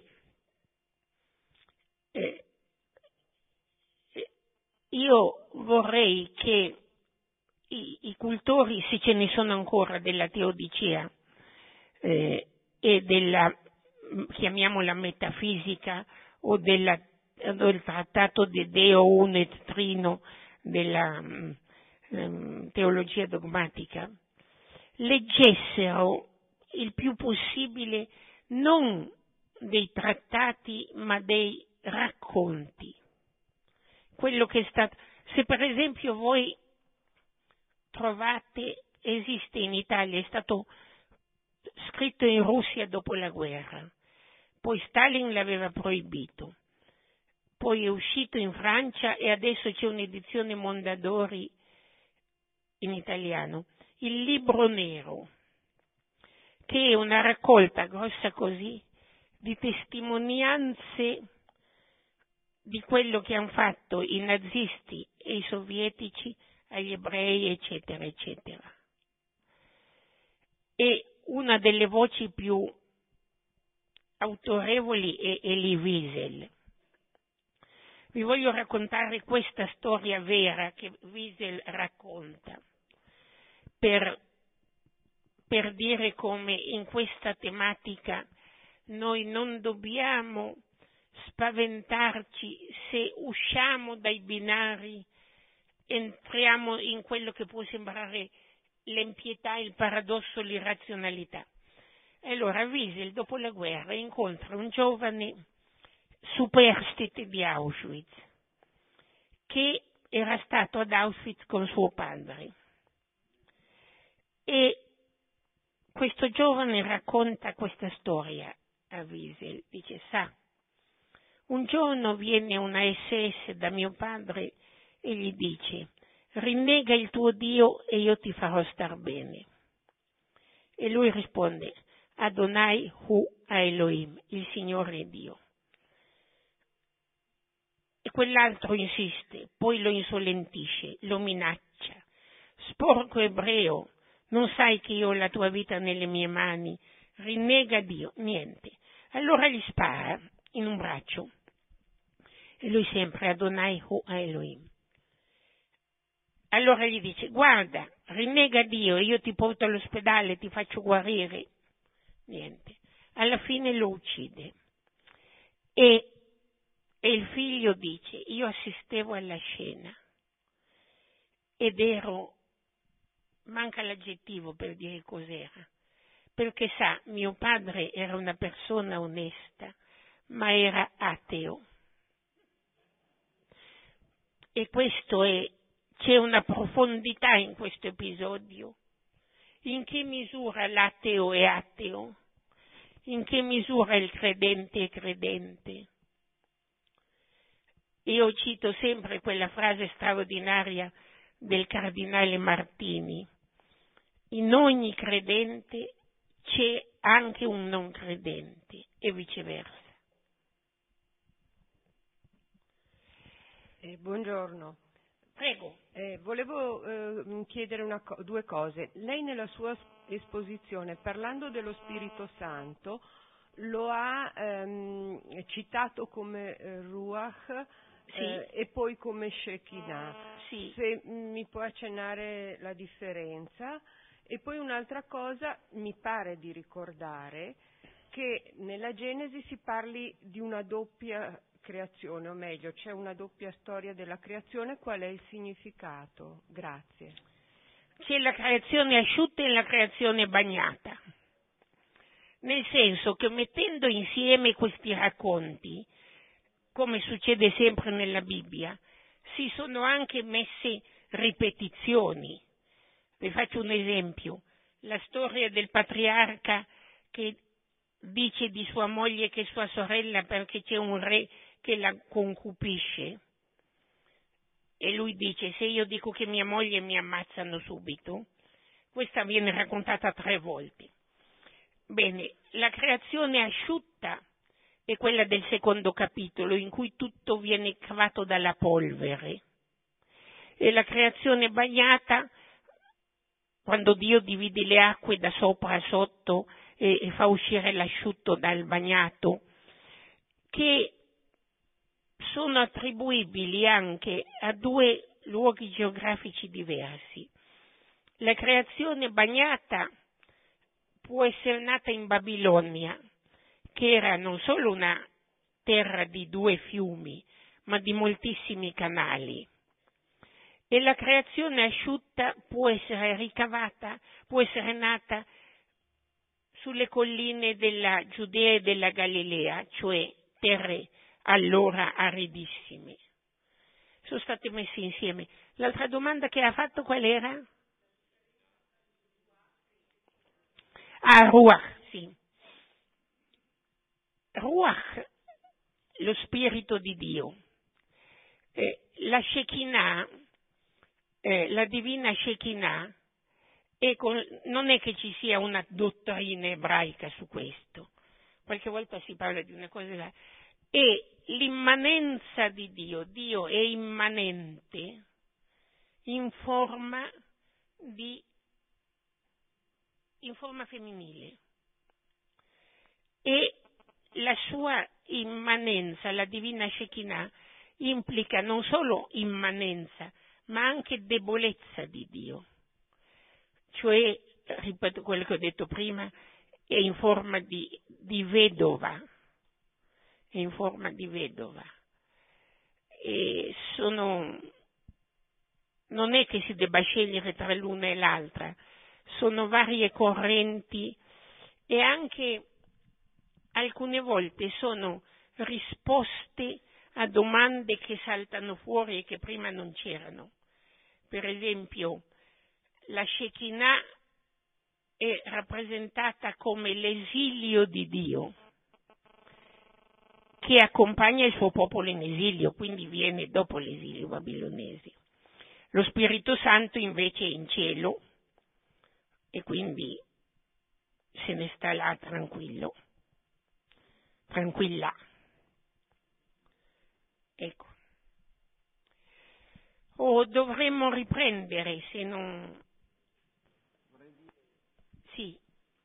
Speaker 6: io vorrei che i cultori, se ce ne sono ancora, della teodicea e della, chiamiamola metafisica, o del trattato di Deo Uno et Trino della teologia dogmatica, leggessero il più possibile non dei trattati ma dei racconti. Quello che è stato, se per esempio voi trovate, esiste in Italia, è stato scritto in Russia dopo la guerra, poi Stalin l'aveva proibito, poi è uscito in Francia e adesso c'è un'edizione Mondadori in italiano, il Libro Nero, che è una raccolta grossa così di testimonianze di quello che hanno fatto i nazisti e i sovietici agli ebrei, eccetera, eccetera. E una delle voci più autorevoli è Elie Wiesel. Vi voglio raccontare questa storia vera che Wiesel racconta per dire come in questa tematica noi non dobbiamo spaventarci se usciamo dai binari, entriamo in quello che può sembrare l'empietà, il paradosso, l'irrazionalità. Allora Wiesel dopo la guerra incontra un giovane superstite di Auschwitz che era stato ad Auschwitz con suo padre, e questo giovane racconta questa storia a Wiesel, dice: sa, un giorno viene una SS da mio padre e gli dice: rinnega il tuo Dio e io ti farò star bene. E lui risponde: Adonai hu Elohim, il Signore è Dio. E quell'altro insiste, poi lo insolentisce, lo minaccia: sporco ebreo, non sai che io ho la tua vita nelle mie mani? Rinnega Dio. Niente. Allora gli spara in un braccio e lui sempre Adonai hu Elohim. Allora gli dice: guarda, rinnega Dio, io ti porto all'ospedale, ti faccio guarire. Niente. Alla fine lo uccide. E il figlio dice: io assistevo alla scena ed manca l'aggettivo per dire cos'era, perché sa, mio padre era una persona onesta, ma era ateo. E c'è una profondità in questo episodio. In che misura l'ateo è ateo? In che misura il credente è credente? Io cito sempre quella frase straordinaria del cardinale Martini: in ogni credente c'è anche un non credente e viceversa.
Speaker 12: Buongiorno.
Speaker 6: Prego.
Speaker 12: Volevo chiedere due cose. Lei nella sua esposizione, parlando dello Spirito Santo, lo ha citato come Ruach,
Speaker 6: sì,
Speaker 12: e poi come Shekinah.
Speaker 6: Sì.
Speaker 12: Se mi può accennare la differenza. E poi un'altra cosa, mi pare di ricordare che nella Genesi si parli di una doppia creazione, o meglio, c'è una doppia storia della creazione. Qual è il significato? Grazie.
Speaker 6: C'è la creazione asciutta e la creazione bagnata, nel senso che mettendo insieme questi racconti, come succede sempre nella Bibbia, si sono anche messe ripetizioni. Vi faccio un esempio: la storia del patriarca che dice di sua moglie che è sua sorella perché c'è un re che la concupisce, e lui dice: se io dico che mia moglie mi ammazzano subito. Questa viene raccontata 3 volte. Bene, la creazione asciutta è quella del secondo capitolo, in cui tutto viene cavato dalla polvere, e la creazione bagnata, quando Dio divide le acque da sopra a sotto e fa uscire l'asciutto dal bagnato, che sono attribuibili anche a 2 luoghi geografici diversi. La creazione bagnata può essere nata in Babilonia, che era non solo una terra di 2 fiumi, ma di moltissimi canali. E la creazione asciutta può essere ricavata, può essere nata sulle colline della Giudea e della Galilea, cioè terre allora aridissime. Sono state messe insieme. L'altra domanda che ha fatto qual era? Ruach, sì. Ruach, lo spirito di Dio. La Shekinah, la divina Shekinah, non è che ci sia una dottrina ebraica su questo. Qualche volta si parla di una cosa, è l'immanenza di Dio. Dio è immanente in forma femminile, e la sua immanenza, la divina Shekinah, implica non solo immanenza, ma anche debolezza di Dio. Cioè, ripeto quello che ho detto prima, è in forma di vedova. È in forma di vedova. E non è che si debba scegliere tra l'una e l'altra, sono varie correnti, e anche alcune volte sono risposte a domande che saltano fuori e che prima non c'erano. Per esempio, la Shekinah è rappresentata come l'esilio di Dio, che accompagna il suo popolo in esilio, quindi viene dopo l'esilio babilonese. Lo Spirito Santo invece è in cielo e quindi se ne sta là tranquillo, tranquilla. Ecco. Dovremmo riprendere, se non... Sì.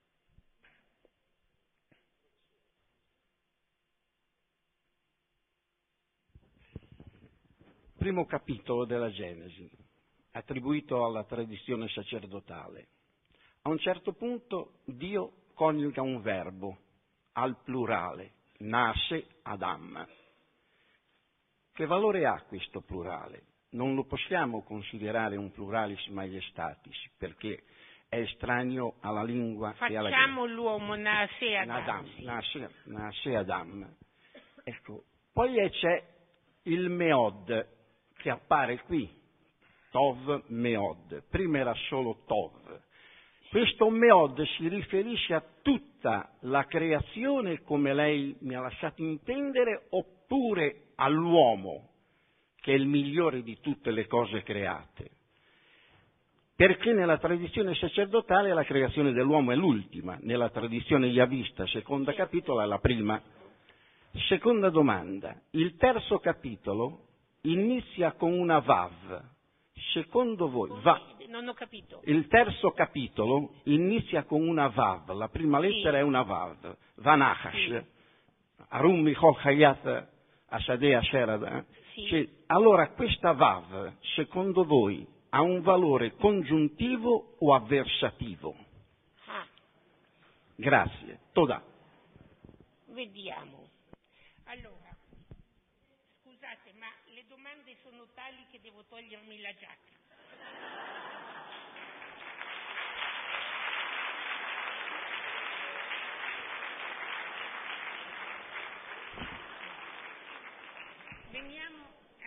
Speaker 13: Primo capitolo della Genesi, attribuito alla tradizione sacerdotale. A un certo punto Dio coniuga un verbo al plurale, nasce Adam. Che valore ha questo plurale? Non lo possiamo considerare un pluralis maiestatis, perché è estraneo alla lingua e alla
Speaker 6: Facciamo l'uomo, nasce Adam.
Speaker 13: Nasce Adam. Ecco. Poi c'è il meod, che appare qui, Tov meod. Prima era solo Tov. Questo meod si riferisce a tutta la creazione, come lei mi ha lasciato intendere, oppure all'uomo, che è il migliore di tutte le cose create. Perché nella tradizione sacerdotale la creazione dell'uomo è l'ultima, nella tradizione yavista, secondo capitolo, è la prima. Seconda domanda, il terzo capitolo inizia con una Vav. Secondo voi,
Speaker 6: non ho capito.
Speaker 13: Il terzo capitolo inizia con una Vav, la prima lettera è una Vav, Vanachash, Arum Michol Hayat Asadea Sherada. Allora questa Vav, secondo voi, ha un valore congiuntivo o avversativo? Grazie. Toda.
Speaker 6: Vediamo. Allora, scusate, ma le domande sono tali che devo togliermi la giacca. Veniamo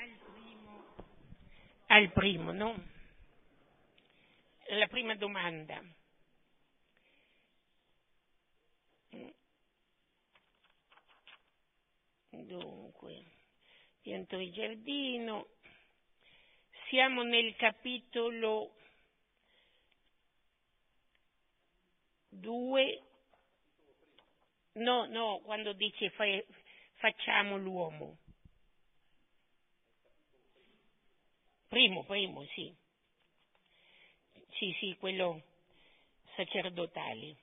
Speaker 6: al primo, no? La prima domanda. Dunque, pianto il giardino. Siamo nel capitolo 2. No, quando dice facciamo l'uomo. Primo, sì. Sì, quello sacerdotale.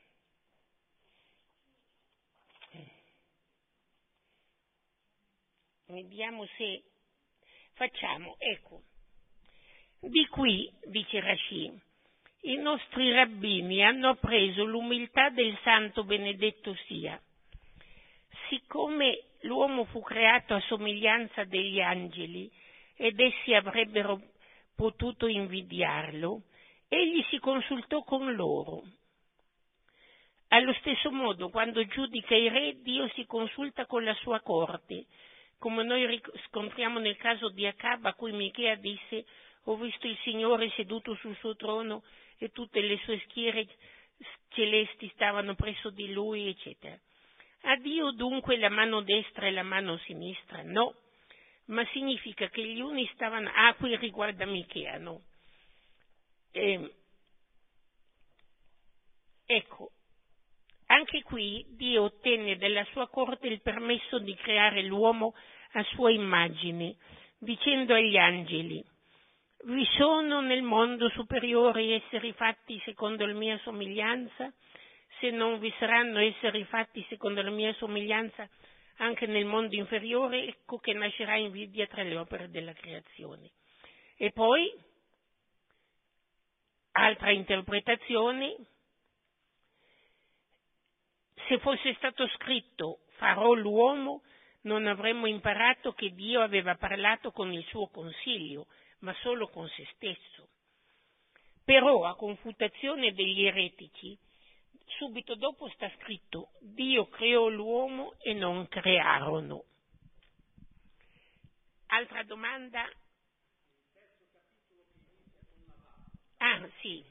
Speaker 6: Vediamo se facciamo, ecco. Di qui, dice Rashi, i nostri rabbini hanno preso l'umiltà del santo benedetto sia. Siccome l'uomo fu creato a somiglianza degli angeli ed essi avrebbero potuto invidiarlo, egli si consultò con loro. Allo stesso modo, quando giudica i re, Dio si consulta con la sua corte, come noi riscontriamo nel caso di Acab, a cui Michea disse: ho visto il Signore seduto sul suo trono e tutte le sue schiere celesti stavano presso di lui, eccetera. A Dio dunque la mano destra e la mano sinistra? No, ma significa che gli uni stavano... qui riguarda Michea, no? Ecco, anche qui Dio ottenne dalla sua corte il permesso di creare l'uomo a sua immagine, dicendo agli angeli: vi sono nel mondo superiore esseri fatti secondo la mia somiglianza? Se non vi saranno esseri fatti secondo la mia somiglianza anche nel mondo inferiore, ecco che nascerà invidia tra le opere della creazione. E poi, altra interpretazione: se fosse stato scritto farò l'uomo, non avremmo imparato che Dio aveva parlato con il suo consiglio, ma solo con se stesso. Però, a confutazione degli eretici, subito dopo sta scritto: Dio creò l'uomo e non crearono. Altra domanda? Sì.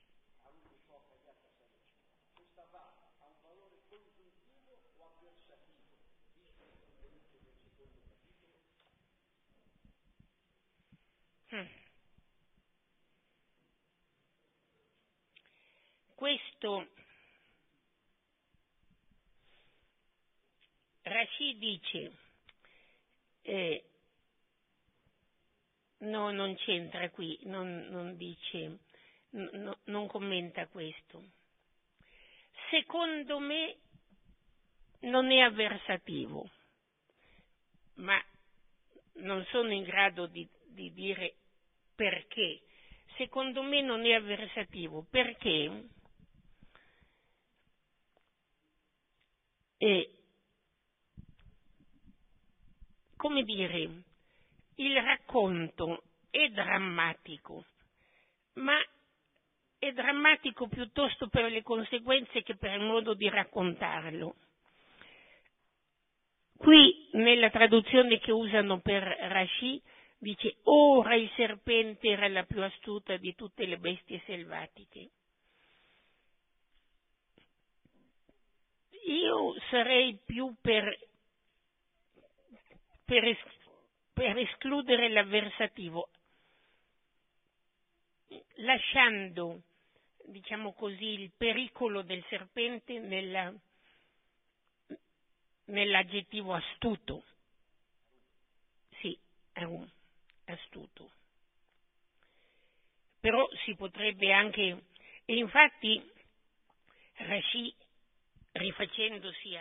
Speaker 6: Questo Rashi dice, no, non c'entra qui, non dice, non commenta questo. Secondo me non è avversativo, ma non sono in grado di dire perché. Secondo me non è avversativo perché come dire, il racconto è drammatico, ma è drammatico piuttosto per le conseguenze che per il modo di raccontarlo. Qui, nella traduzione che usano per Rashi, dice: ora il serpente era la più astuta di tutte le bestie selvatiche. Io sarei più per escludere l'avversativo, lasciando, diciamo così, il pericolo del serpente nell'aggettivo astuto. Sì, è un astuto. Però si potrebbe anche, e infatti Rashi, rifacendosi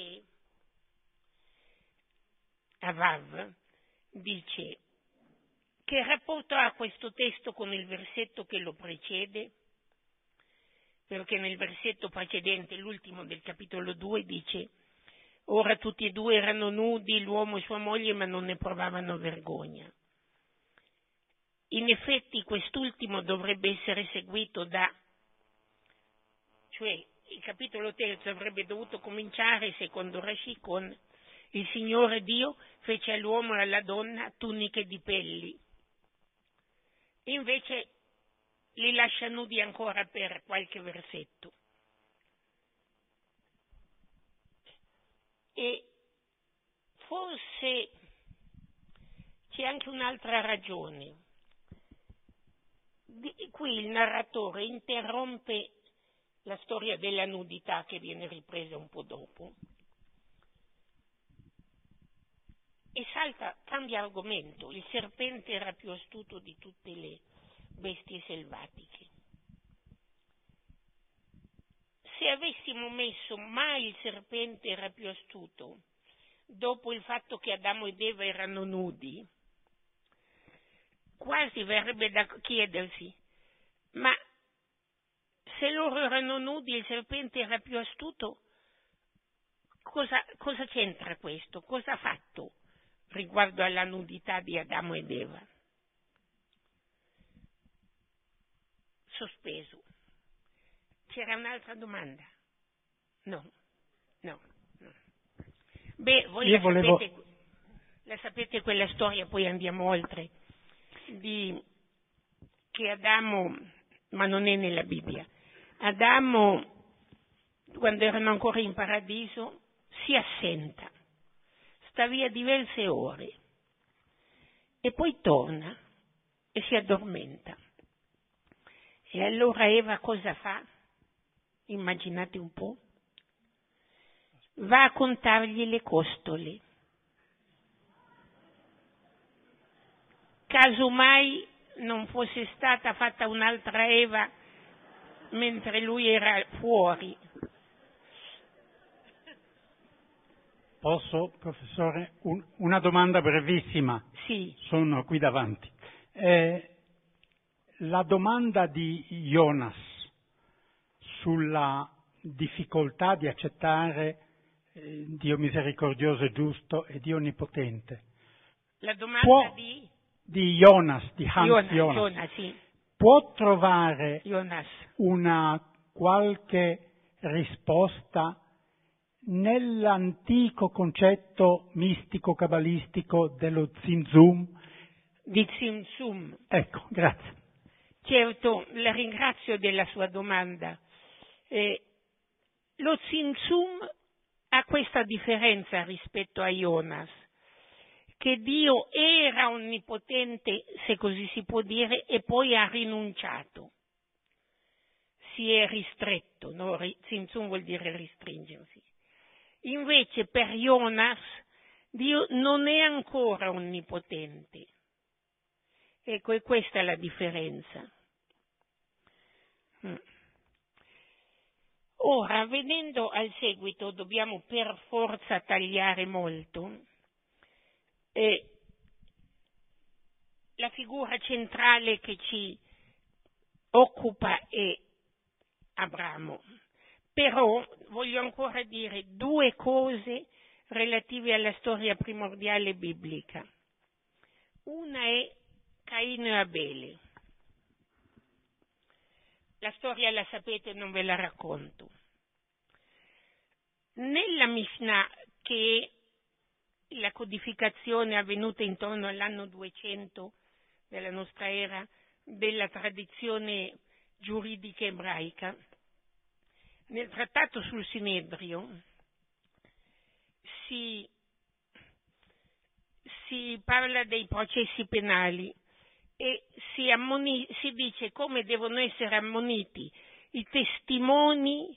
Speaker 6: a Vav, dice: che rapporto ha questo testo con il versetto che lo precede? Perché nel versetto precedente, l'ultimo del capitolo 2, dice: ora tutti e due erano nudi, l'uomo e sua moglie, ma non ne provavano vergogna. In effetti quest'ultimo dovrebbe essere seguito cioè il capitolo 3 avrebbe dovuto cominciare, secondo Rashi, con: il Signore Dio fece all'uomo e alla donna tuniche di pelli. E invece li lascia nudi ancora per qualche versetto. E forse c'è anche un'altra ragione. Qui il narratore interrompe la storia della nudità, che viene ripresa un po' dopo, e cambia argomento. Il serpente era più astuto di tutte le bestie selvatiche. Se avessimo messo "ma il serpente era più astuto" dopo il fatto che Adamo ed Eva erano nudi, quasi verrebbe da chiedersi: ma se loro erano nudi e il serpente era più astuto, cosa c'entra questo? Cosa ha fatto riguardo alla nudità di Adamo ed Eva? Sospeso. C'era un'altra domanda? No. Beh, voi la sapete quella storia, poi andiamo oltre, che Adamo, ma non è nella Bibbia, Adamo, quando erano ancora in paradiso, si assenta, sta via diverse ore e poi torna e si addormenta. E allora Eva cosa fa? Immaginate un po'. Va a contargli le costole. Casomai non fosse stata fatta un'altra Eva mentre lui era fuori.
Speaker 14: Posso, professore? Una domanda brevissima.
Speaker 6: Sì.
Speaker 14: Sono qui davanti. La domanda di Jonas sulla difficoltà di accettare Dio misericordioso e giusto e Dio onnipotente.
Speaker 6: La domanda
Speaker 14: di Jonas, di Hans
Speaker 6: Jonas, sì.
Speaker 14: Può trovare
Speaker 6: Jonas
Speaker 14: una qualche risposta nell'antico concetto mistico cabalistico dello Tzimtzum?
Speaker 6: Di Tzimtzum.
Speaker 14: Ecco, grazie.
Speaker 6: Certo, la ringrazio della sua domanda. Lo Tzimtzum ha questa differenza rispetto a Jonas, che Dio era onnipotente, se così si può dire, e poi ha rinunciato. Si è ristretto, no? Tzimtzum vuol dire restringersi. Invece per Jonas Dio non è ancora onnipotente. Ecco, e questa è la differenza. Ora, venendo al seguito, dobbiamo per forza tagliare molto. La figura centrale che ci occupa è Abramo. Però voglio ancora dire due cose relative alla storia primordiale biblica. Una è Caino e Abele. La storia la sapete, non ve la racconto. Nella Mishnah, che è la codificazione avvenuta intorno all'anno 200 della nostra era della tradizione giuridica ebraica, nel trattato sul Sinedrio si parla dei processi penali e si dice come devono essere ammoniti i testimoni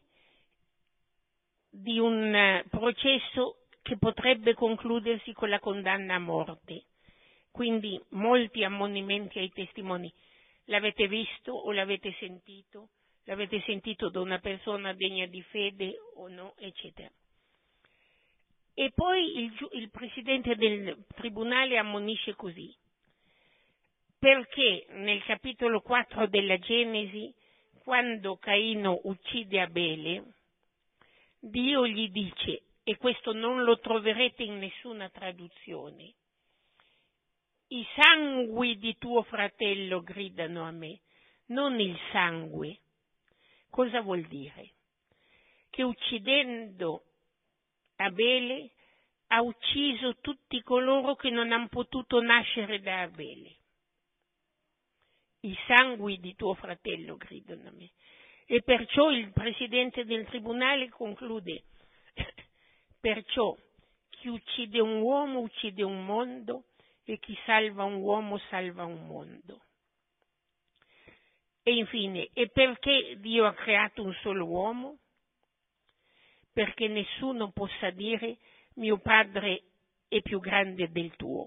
Speaker 6: di un processo che potrebbe concludersi con la condanna a morte. Quindi molti ammonimenti ai testimoni. L'avete visto o l'avete sentito? L'avete sentito da una persona degna di fede o no, eccetera. E poi il presidente del tribunale ammonisce così, perché nel capitolo 4 della Genesi, quando Caino uccide Abele, Dio gli dice, e questo non lo troverete in nessuna traduzione, i sangui di tuo fratello gridano a me, non il sangue. Cosa vuol dire? Che uccidendo Abele ha ucciso tutti coloro che non hanno potuto nascere da Abele. I sangui di tuo fratello gridano a me. E perciò il presidente del tribunale conclude, perciò chi uccide un uomo uccide un mondo e chi salva un uomo salva un mondo. E infine, e perché Dio ha creato un solo uomo? Perché nessuno possa dire mio padre è più grande del tuo.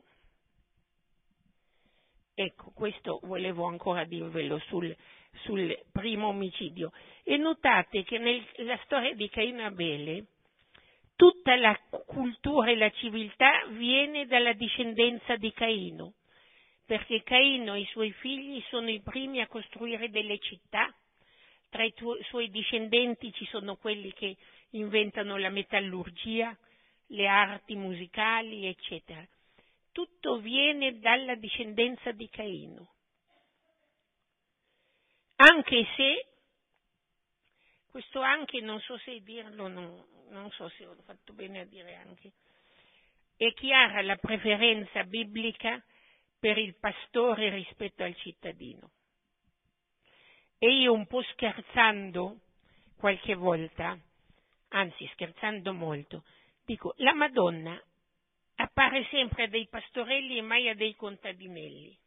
Speaker 6: Ecco, questo volevo ancora dirvelo sul primo omicidio. E notate che nella storia di Caino e Abele tutta la cultura e la civiltà viene dalla discendenza di Caino, perché Caino e i suoi figli sono i primi a costruire delle città. Tra i suoi discendenti ci sono quelli che inventano la metallurgia, le arti musicali, eccetera. Tutto viene dalla discendenza di Caino. Anche se, questo anche non so se dirlo, non so se ho fatto bene a dire anche, è chiara la preferenza biblica per il pastore rispetto al cittadino. E io un po' scherzando qualche volta, anzi scherzando molto, dico, la Madonna appare sempre a dei pastorelli e mai a dei contadinelli.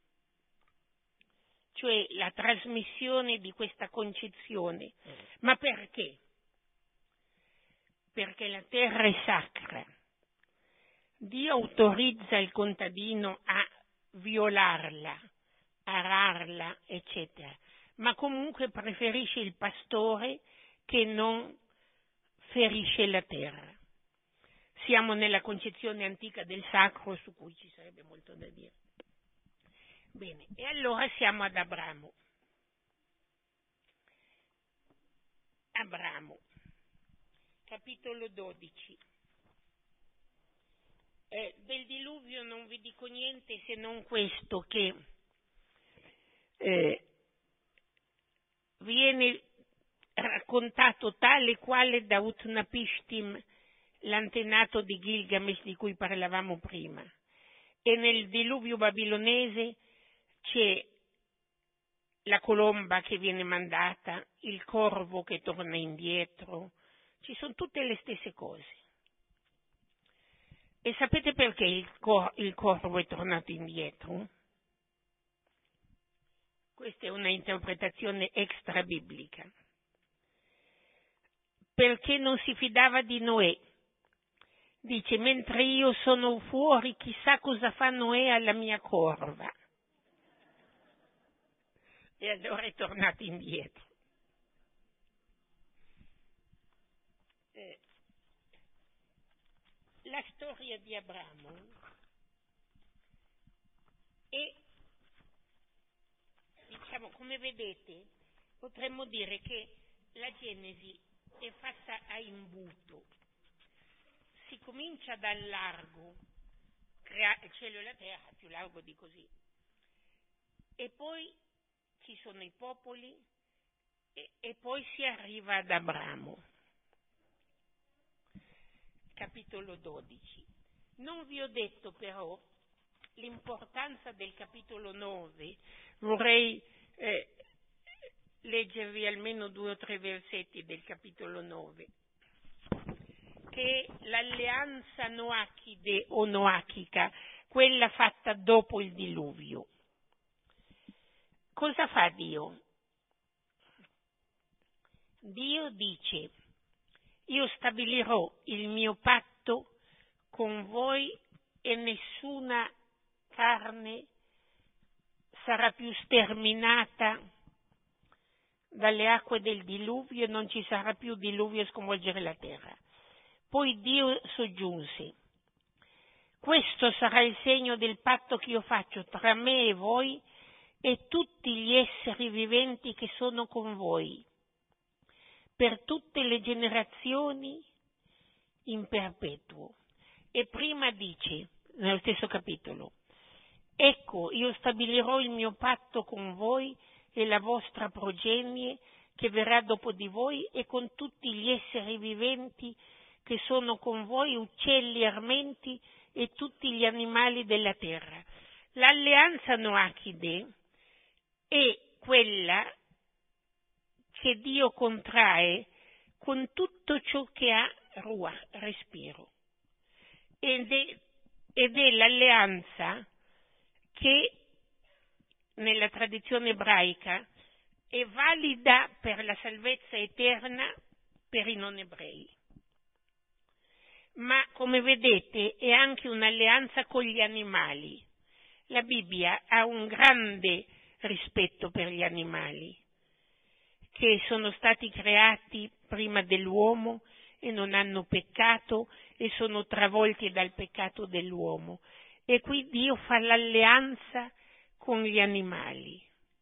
Speaker 6: Cioè la trasmissione di questa concezione. Ma perché? Perché la terra è sacra. Dio autorizza il contadino a violarla, ararla, eccetera, ma comunque preferisce il pastore che non ferisce la terra. Siamo nella concezione antica del sacro, su cui ci sarebbe molto da dire. Bene, e allora siamo ad Abramo. Abramo, capitolo 12. Del diluvio non vi dico niente se non questo, che viene raccontato tale quale da Utnapishtim, l'antenato di Gilgamesh di cui parlavamo prima. E nel diluvio babilonese c'è la colomba che viene mandata, il corvo che torna indietro, ci sono tutte le stesse cose. E sapete perché il corvo è tornato indietro? Questa è una interpretazione extra biblica. Perché non si fidava di Noè. Dice, mentre io sono fuori, chissà cosa fa Noè alla mia corva. E allora è tornato indietro. La storia di Abramo è, diciamo, come vedete, potremmo dire che la Genesi è fatta a imbuto. Si comincia dal largo, il cielo e la terra, più largo di così. E poi ci sono i popoli e poi si arriva ad Abramo. Capitolo 12. Non vi ho detto però l'importanza del capitolo 9. Vorrei leggervi almeno 2 o 3 versetti del capitolo 9, che è l'alleanza noachide o noachica, quella fatta dopo il diluvio. Cosa fa Dio? Dio dice: io stabilirò il mio patto con voi e nessuna carne sarà più sterminata dalle acque del diluvio e non ci sarà più diluvio a sconvolgere la terra. Poi Dio soggiunse: questo sarà il segno del patto che io faccio tra me e voi e tutti gli esseri viventi che sono con voi, per tutte le generazioni in perpetuo. E prima dice, nello stesso capitolo: ecco, io stabilirò il mio patto con voi e la vostra progenie che verrà dopo di voi e con tutti gli esseri viventi che sono con voi, uccelli armenti e tutti gli animali della terra. L'alleanza noachide è quella che Dio contrae con tutto ciò che ha ruah, respiro, ed è l'alleanza che nella tradizione ebraica è valida per la salvezza eterna per i non ebrei. Ma come vedete è anche un'alleanza con gli animali. La Bibbia ha un grande rispetto per gli animali, che sono stati creati prima dell'uomo e non hanno peccato e sono travolti dal peccato dell'uomo. E qui Dio fa l'alleanza con gli animali.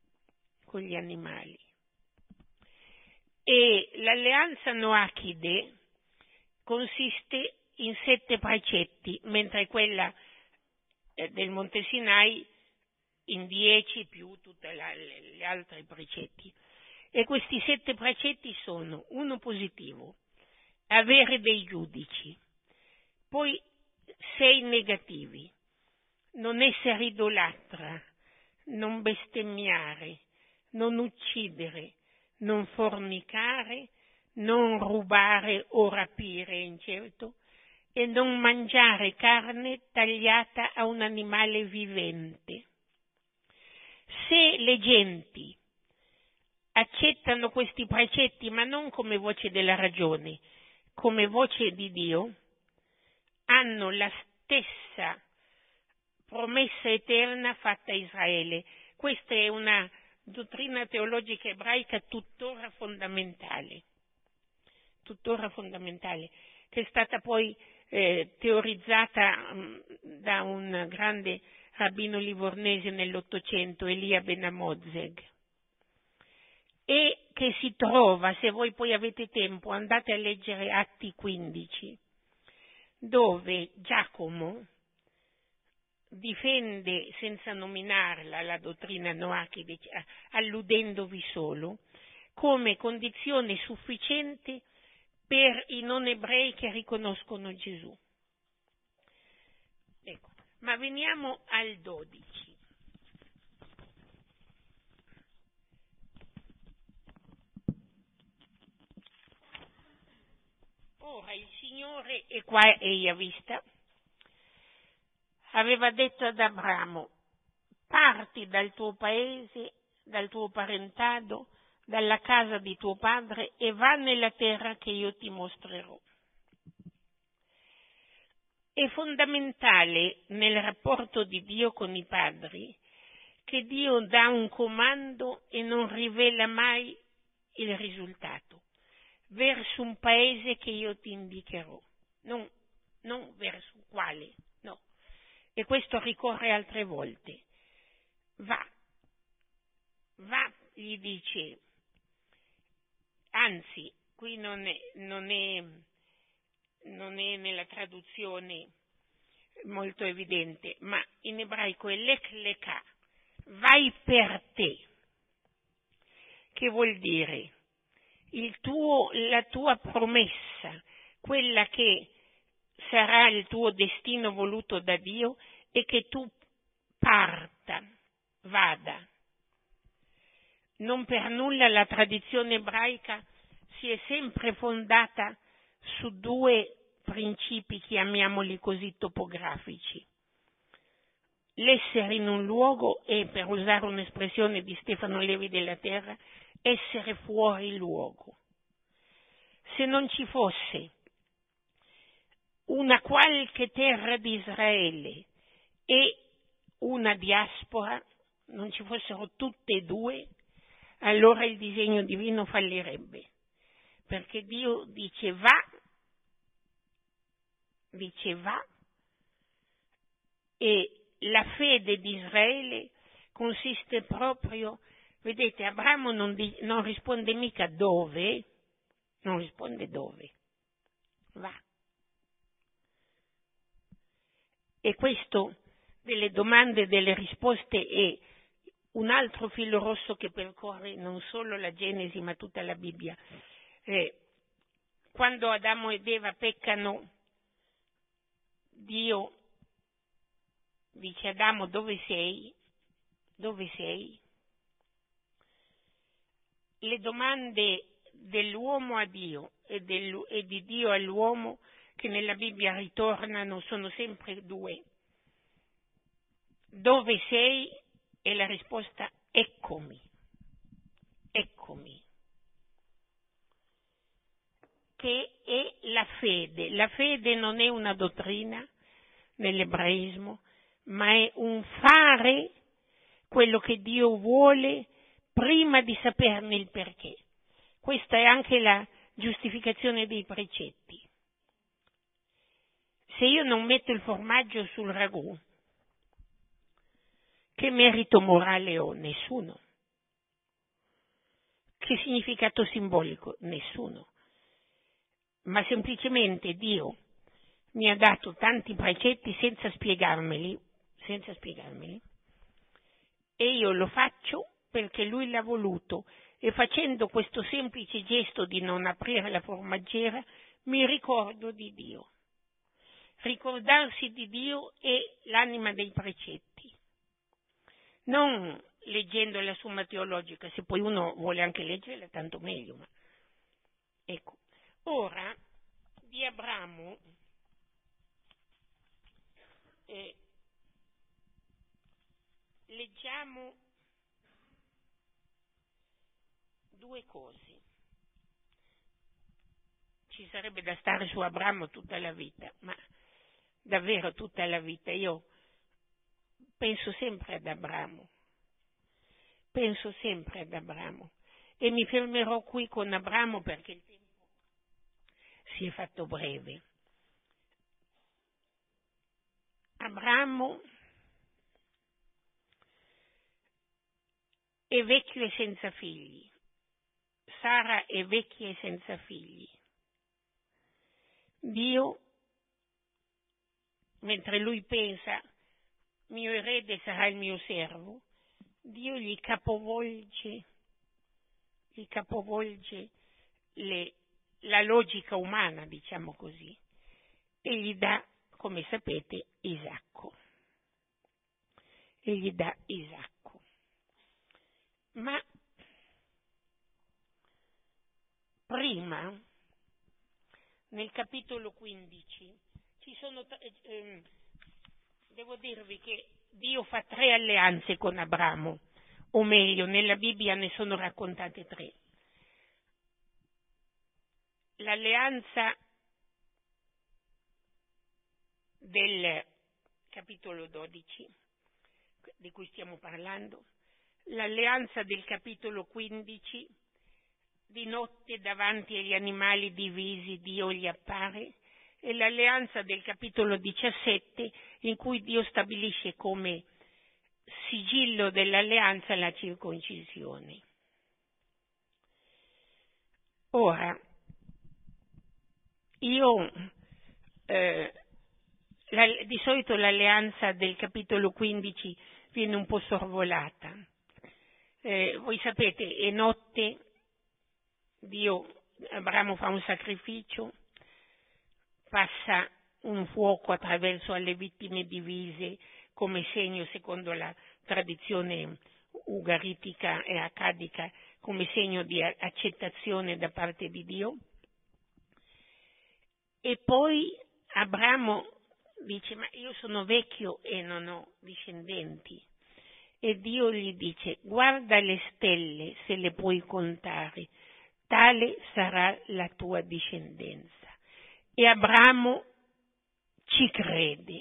Speaker 6: E l'alleanza noachide consiste in 7 precetti, mentre quella del Monte Sinai in 10 più tutti gli altri precetti. E questi 7 precetti sono: uno positivo, avere dei giudici, poi 6 negativi, non essere idolatra, non bestemmiare, non uccidere, non fornicare, non rubare o rapire incerto e non mangiare carne tagliata a un animale vivente. Se le genti accettano questi precetti, ma non come voce della ragione, come voce di Dio, hanno la stessa promessa eterna fatta a Israele. Questa è una dottrina teologica ebraica tuttora fondamentale, che è stata poi teorizzata da un grande rabbino livornese nell'Ottocento, Elia Ben Amozeg, e che si trova, se voi poi avete tempo, andate a leggere Atti 15, dove Giacomo difende senza nominarla la dottrina noachide, alludendovi solo, come condizione sufficiente per i non ebrei che riconoscono Gesù. Ecco, ma veniamo al 12. Ora il Signore, e qua è a vista, aveva detto ad Abramo: parti dal tuo paese, dal tuo parentado, dalla casa di tuo padre e va nella terra che io ti mostrerò. È fondamentale nel rapporto di Dio con i padri che Dio dà un comando e non rivela mai il risultato, verso un paese che io ti indicherò, non verso quale, no. E questo ricorre altre volte. Va, gli dice, anzi, qui non è nella traduzione molto evidente, ma in ebraico è lech lecha, vai per te, che vuol dire la tua promessa, quella che sarà il tuo destino voluto da Dio, e che tu parta, vada. Non per nulla la tradizione ebraica si è sempre fondata su due principi, chiamiamoli così, topografici. L'essere in un luogo e, per usare un'espressione di Stefano Levi della Terra, essere fuori luogo. Se non ci fosse una qualche terra di Israele e una diaspora, non ci fossero tutte e due, allora il disegno divino fallirebbe, perché Dio dice va, e la fede di Israele consiste proprio, vedete, Abramo non risponde mica dove, non risponde dove, va. E questo delle domande e delle risposte è un altro filo rosso che percorre non solo la Genesi ma tutta la Bibbia. Quando Adamo ed Eva peccano, Dio dice: Adamo, dove sei? Dove sei? Le domande dell'uomo a Dio e di Dio all'uomo che nella Bibbia ritornano sono sempre due. Dove sei? E la risposta: eccomi, eccomi. Che è la fede. La fede non è una dottrina nell'ebraismo, ma è un fare quello che Dio vuole prima di saperne il perché. Questa è anche la giustificazione dei precetti. Se io non metto il formaggio sul ragù, che merito morale ho? Nessuno. Che significato simbolico? Nessuno. Ma semplicemente Dio mi ha dato tanti precetti senza spiegarmeli, e io lo faccio perché Lui l'ha voluto, e facendo questo semplice gesto di non aprire la formaggera mi ricordo di Dio. Ricordarsi di Dio è l'anima dei precetti. Non leggendo la Summa Teologica, se poi uno vuole anche leggerla, tanto meglio. Ma ecco, ora di Abramo leggiamo due cose. Ci sarebbe da stare su Abramo tutta la vita, ma davvero tutta la vita. Io penso sempre ad Abramo, e mi fermerò qui con Abramo perché il tempo si è fatto breve. Abramo è vecchio e senza figli, Sara è vecchia e senza figli. Dio, mentre lui pensa mio erede sarà il mio servo, Dio gli capovolge la logica umana, diciamo così, e gli dà, come sapete, Isacco. Ma prima, nel capitolo 15, ci sono devo dirvi che Dio fa 3 alleanze con Abramo, o meglio, nella Bibbia ne sono raccontate 3. L'alleanza del capitolo 12, di cui stiamo parlando, l'alleanza del capitolo 15, di notte davanti agli animali divisi Dio gli appare, e l'alleanza del capitolo 17 in cui Dio stabilisce come sigillo dell'alleanza la circoncisione. Ora, Di solito l'alleanza del capitolo 15 viene un po' sorvolata. Voi sapete, è notte, Abramo fa un sacrificio, passa un fuoco attraverso alle vittime divise come segno, secondo la tradizione ugaritica e accadica, come segno di accettazione da parte di Dio. E poi Abramo dice: ma io sono vecchio e non ho discendenti. E Dio gli dice: guarda le stelle, se le puoi contare, tale sarà la tua discendenza. E Abramo ci crede.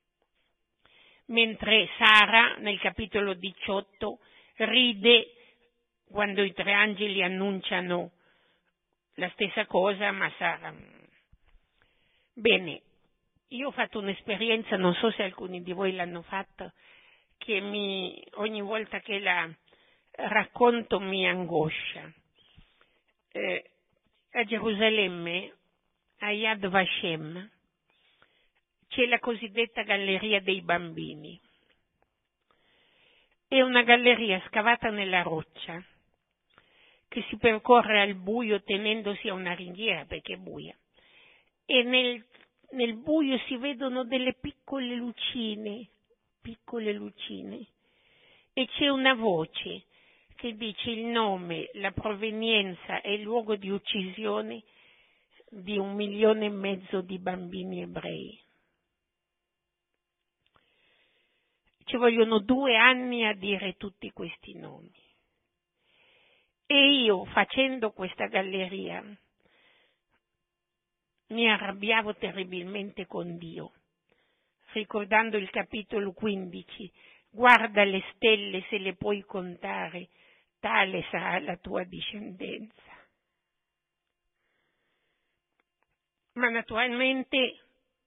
Speaker 6: Mentre Sara, nel capitolo 18, ride quando i 3 angeli annunciano la stessa cosa, ma Sara... Bene, io ho fatto un'esperienza, non so se alcuni di voi l'hanno fatta, che ogni volta che la racconto mi angoscia. A Gerusalemme, a Yad Vashem, c'è la cosiddetta Galleria dei Bambini. È una galleria scavata nella roccia che si percorre al buio tenendosi a una ringhiera perché è buia. E nel buio si vedono delle piccole lucine, e c'è una voce che dice il nome, la provenienza e il luogo di uccisione di 1,5 milioni di bambini ebrei. Ci vogliono 2 anni a dire tutti questi nomi. E io, facendo questa galleria, mi arrabbiavo terribilmente con Dio, ricordando il capitolo 15, guarda le stelle se le puoi contare, tale sarà la tua discendenza. Ma naturalmente,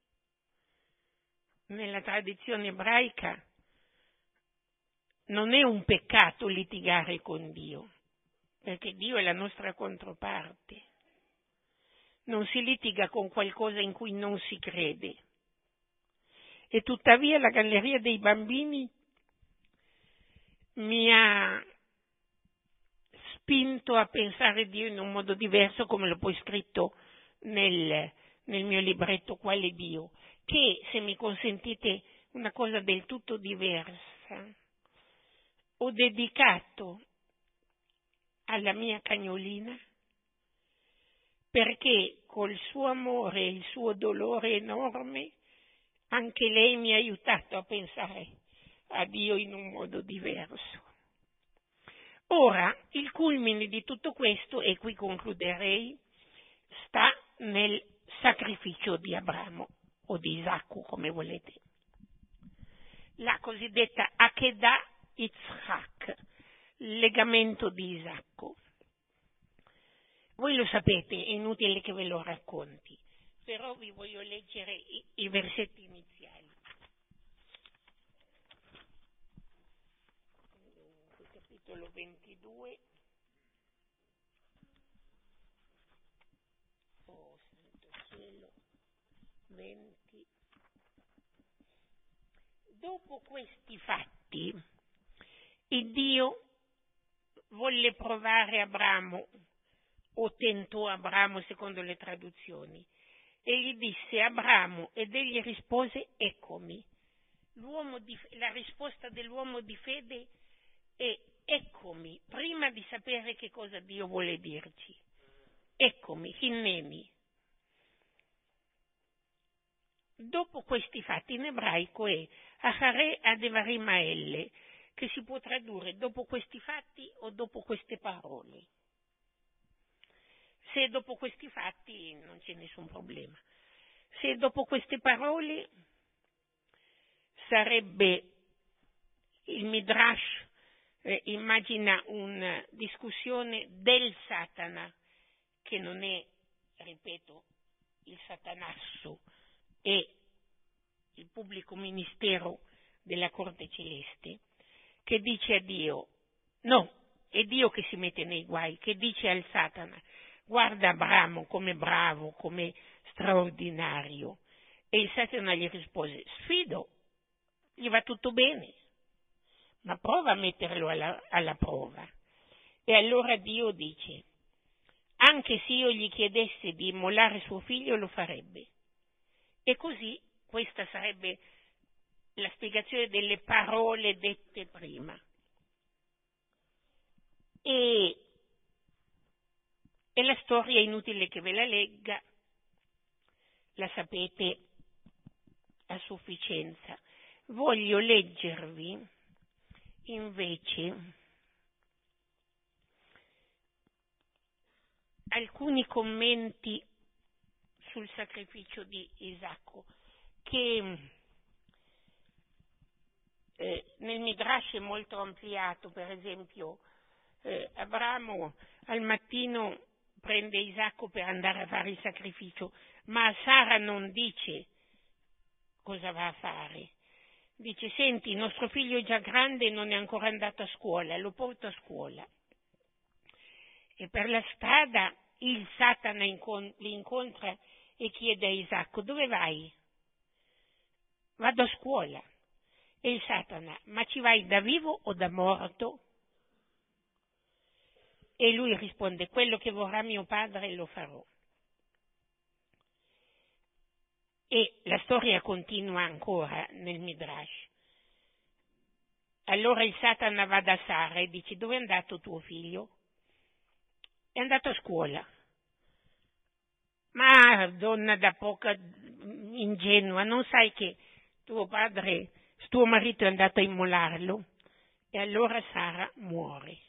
Speaker 6: nella tradizione ebraica, non è un peccato litigare con Dio, perché Dio è la nostra controparte. Non si litiga con qualcosa in cui non si crede. E tuttavia la Galleria dei Bambini mi ha spinto a pensare a Dio in un modo diverso, come l'ho poi scritto nel mio libretto Quale Dio, che, se mi consentite una cosa del tutto diversa, ho dedicato alla mia cagnolina, perché col suo amore e il suo dolore enorme anche lei mi ha aiutato a pensare a Dio in un modo diverso. Ora, il culmine di tutto questo, e qui concluderei, sta nel sacrificio di Abramo, o di Isacco, come volete. La cosiddetta Akedah Yitzhak, il legamento di Isacco. Voi lo sapete, è inutile che ve lo racconti, però vi voglio leggere i versetti iniziali. Capitolo 22. Oh, santo cielo. 20. Dopo questi fatti, il Dio volle provare Abramo, o tentò Abramo secondo le traduzioni, e gli disse: Abramo, ed egli rispose: eccomi. La risposta dell'uomo di fede è: eccomi, prima di sapere che cosa Dio vuole dirci. Eccomi, hinneni. Dopo questi fatti, in ebraico è Achare Adevarim Haele, che si può tradurre dopo questi fatti o dopo queste parole. Se dopo questi fatti non c'è nessun problema. Se dopo queste parole sarebbe il Midrash, immagina una discussione del Satana, che non è, ripeto, il Satanasso, è il pubblico ministero della Corte Celeste, che dice a Dio, no, è Dio che si mette nei guai, che dice al Satana: guarda Abramo come bravo, come straordinario. E il Satana gli rispose: sfido, gli va tutto bene, ma prova a metterlo alla prova. E allora Dio dice: anche se io gli chiedessi di immolare suo figlio, lo farebbe. E così questa sarebbe la spiegazione delle parole dette prima. E la storia è inutile che ve la legga, la sapete a sufficienza. Voglio leggervi invece alcuni commenti sul sacrificio di Isacco, che nel Midrash è molto ampliato. Per esempio, Abramo al mattino prende Isacco per andare a fare il sacrificio, ma Sara non dice cosa va a fare. Dice: senti, il nostro figlio è già grande e non è ancora andato a scuola, lo porto a scuola. E per la strada il Satana li incontra e chiede a Isacco: dove vai? Vado a scuola. E il Satana: ma ci vai da vivo o da morto? E lui risponde: quello che vorrà mio padre lo farò. E la storia continua ancora nel Midrash. Allora il Satana va da Sara e dice: dove è andato tuo figlio? È andato a scuola. Ma donna da poca ingenua, non sai che tuo marito è andato a immolarlo? E allora Sara muore.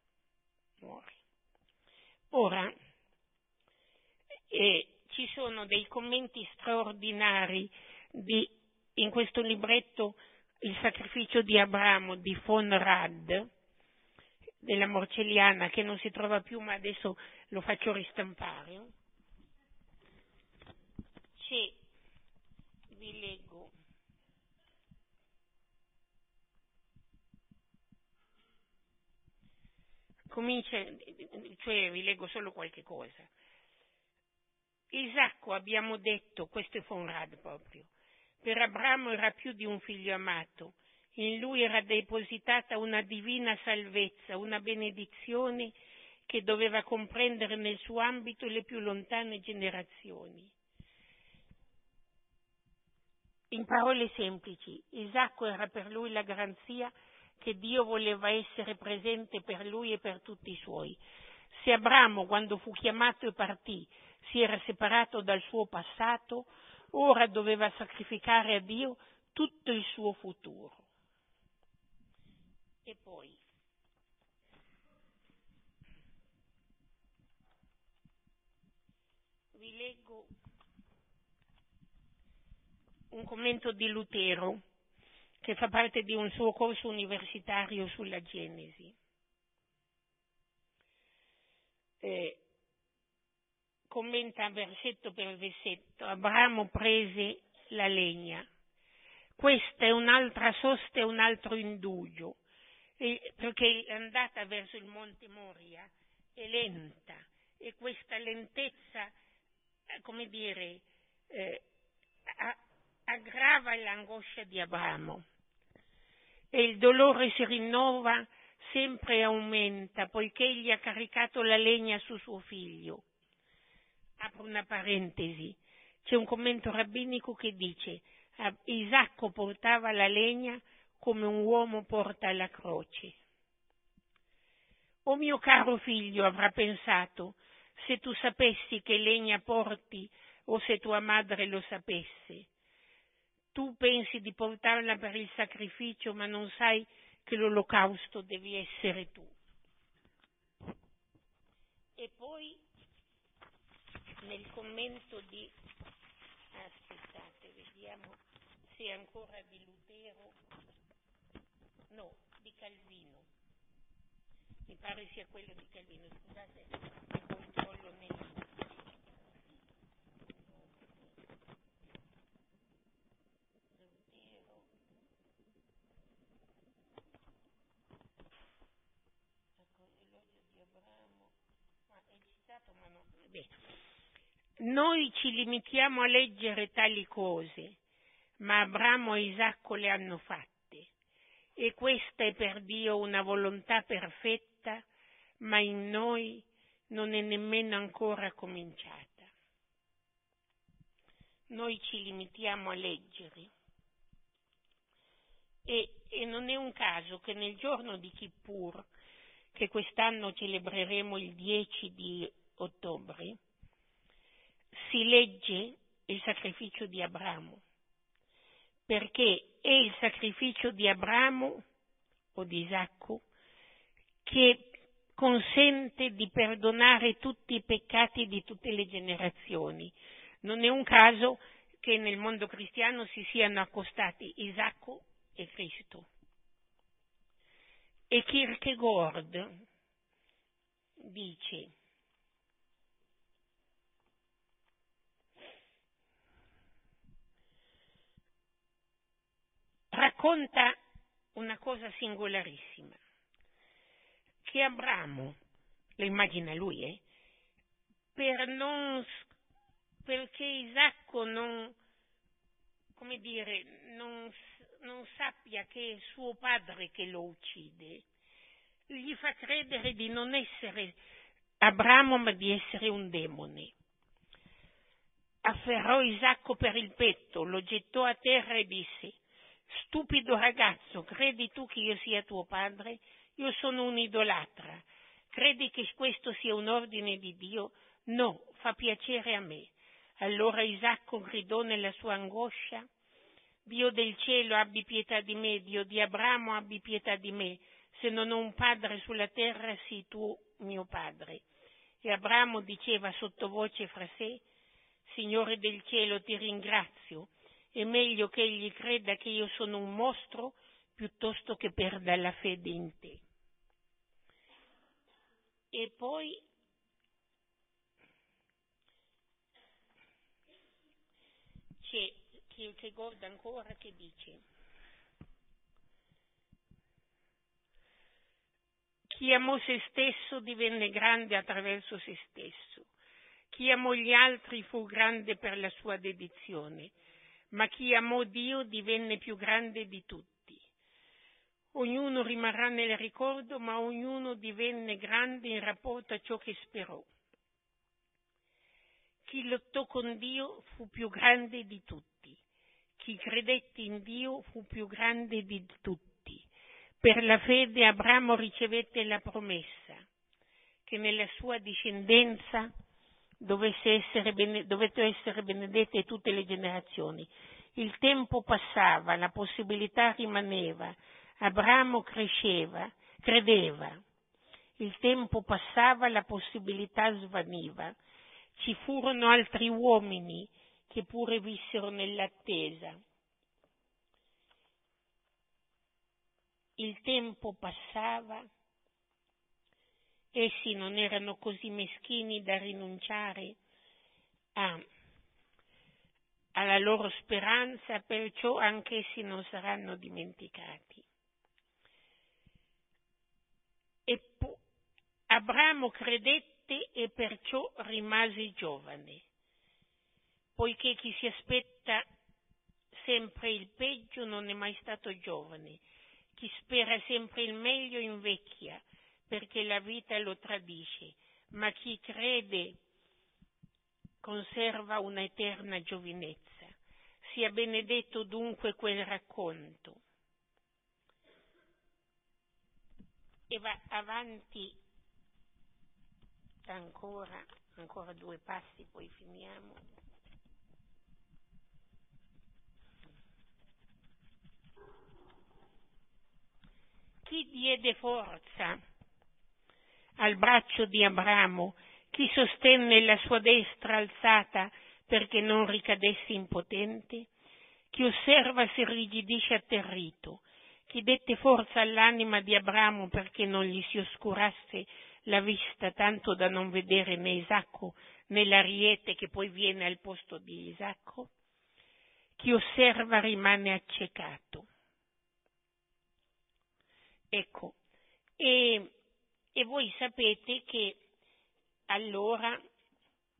Speaker 6: Ora, ci sono dei commenti straordinari in questo libretto, Il sacrificio di Abramo di von Rad, della Morcelliana, che non si trova più, ma adesso lo faccio ristampare. Vi leggo. Vi leggo solo qualche cosa. Isacco, abbiamo detto, questo è von Rad proprio, per Abramo era più di un figlio amato, in lui era depositata una divina salvezza, una benedizione che doveva comprendere nel suo ambito le più lontane generazioni. In parole semplici, Isacco era per lui la garanzia che Dio voleva essere presente per lui e per tutti i suoi. Se Abramo, quando fu chiamato e partì, si era separato dal suo passato, ora doveva sacrificare a Dio tutto il suo futuro. E poi, vi leggo un commento di Lutero, che fa parte di un suo corso universitario sulla Genesi. Commenta versetto per versetto: Abramo prese la legna. Questa è un'altra sosta e un altro indugio, perché l'andata verso il monte Moria è lenta, e questa lentezza, aggrava l'angoscia di Abramo. E il dolore si rinnova, sempre aumenta, poiché egli ha caricato la legna su suo figlio. Apro una parentesi, c'è un commento rabbinico che dice: Isacco portava la legna come un uomo porta la croce. O mio caro figlio, avrà pensato, se tu sapessi che legna porti, o se tua madre lo sapesse. Tu pensi di portarla per il sacrificio, ma non sai che l'olocausto devi essere tu. E poi, nel commento aspettate, vediamo se è ancora di Lutero, no, di Calvino. Mi pare sia quello di Calvino, scusate, controllo nel... Elogio di Abramo, ma è citato, ma Noi ci limitiamo a leggere tali cose, ma Abramo e Isacco le hanno fatte, e questa è per Dio una volontà perfetta, ma in noi non è nemmeno ancora cominciata. Noi ci limitiamo a leggere. E non è un caso che nel giorno di Kippur, che quest'anno celebreremo il 10 di ottobre, si legge il sacrificio di Abramo, perché è il sacrificio di Abramo o di Isacco che consente di perdonare tutti i peccati di tutte le generazioni. Non è un caso che nel mondo cristiano si siano accostati Isacco e Cristo. E Kierkegaard dice: racconta una cosa singolarissima, che Abramo, lo immagina lui, perché Isacco non sappia che è suo padre che lo uccide, gli fa credere di non essere Abramo ma di essere un demone. Afferrò Isacco per il petto, lo gettò a terra e disse: stupido ragazzo, credi tu che io sia tuo padre? Io sono un idolatra. Credi che questo sia un ordine di Dio? No, fa piacere a me. Allora Isacco gridò nella sua angoscia: Dio del cielo, abbi pietà di me, Dio di Abramo, abbi pietà di me. Se non ho un padre sulla terra, sii tu mio padre. E Abramo diceva sottovoce fra sé: Signore del cielo, ti ringrazio. È meglio che egli creda che io sono un mostro piuttosto che perda la fede in te. E poi c'è Kierkegaard ancora che dice: chi amò se stesso divenne grande attraverso se stesso. Chi amò gli altri fu grande per la sua dedizione, ma chi amò Dio divenne più grande di tutti. Ognuno rimarrà nel ricordo, ma ognuno divenne grande in rapporto a ciò che sperò. Chi lottò con Dio fu più grande di tutti. Chi credette in Dio fu più grande di tutti. Per la fede Abramo ricevette la promessa che nella sua discendenza dovette essere benedette tutte le generazioni. Il tempo passava, la possibilità rimaneva, Abramo credeva. Il tempo passava, la possibilità svaniva. Ci furono altri uomini che pure vissero nell'attesa. Il tempo passava, essi non erano così meschini da rinunciare alla loro speranza, perciò anch'essi non saranno dimenticati. Abramo credette e perciò rimase giovane, poiché chi si aspetta sempre il peggio non è mai stato giovane, chi spera sempre il meglio invecchia, perché la vita lo tradisce, ma chi crede conserva una eterna giovinezza. Sia benedetto dunque quel racconto. E va avanti ancora 2 passi, poi finiamo. Chi diede forza al braccio di Abramo, chi sostenne la sua destra alzata perché non ricadesse impotente, chi osserva si irrigidisce atterrito, chi dette forza all'anima di Abramo perché non gli si oscurasse la vista tanto da non vedere né Isacco né l'ariete che poi viene al posto di Isacco, chi osserva rimane accecato. Ecco, e voi sapete che allora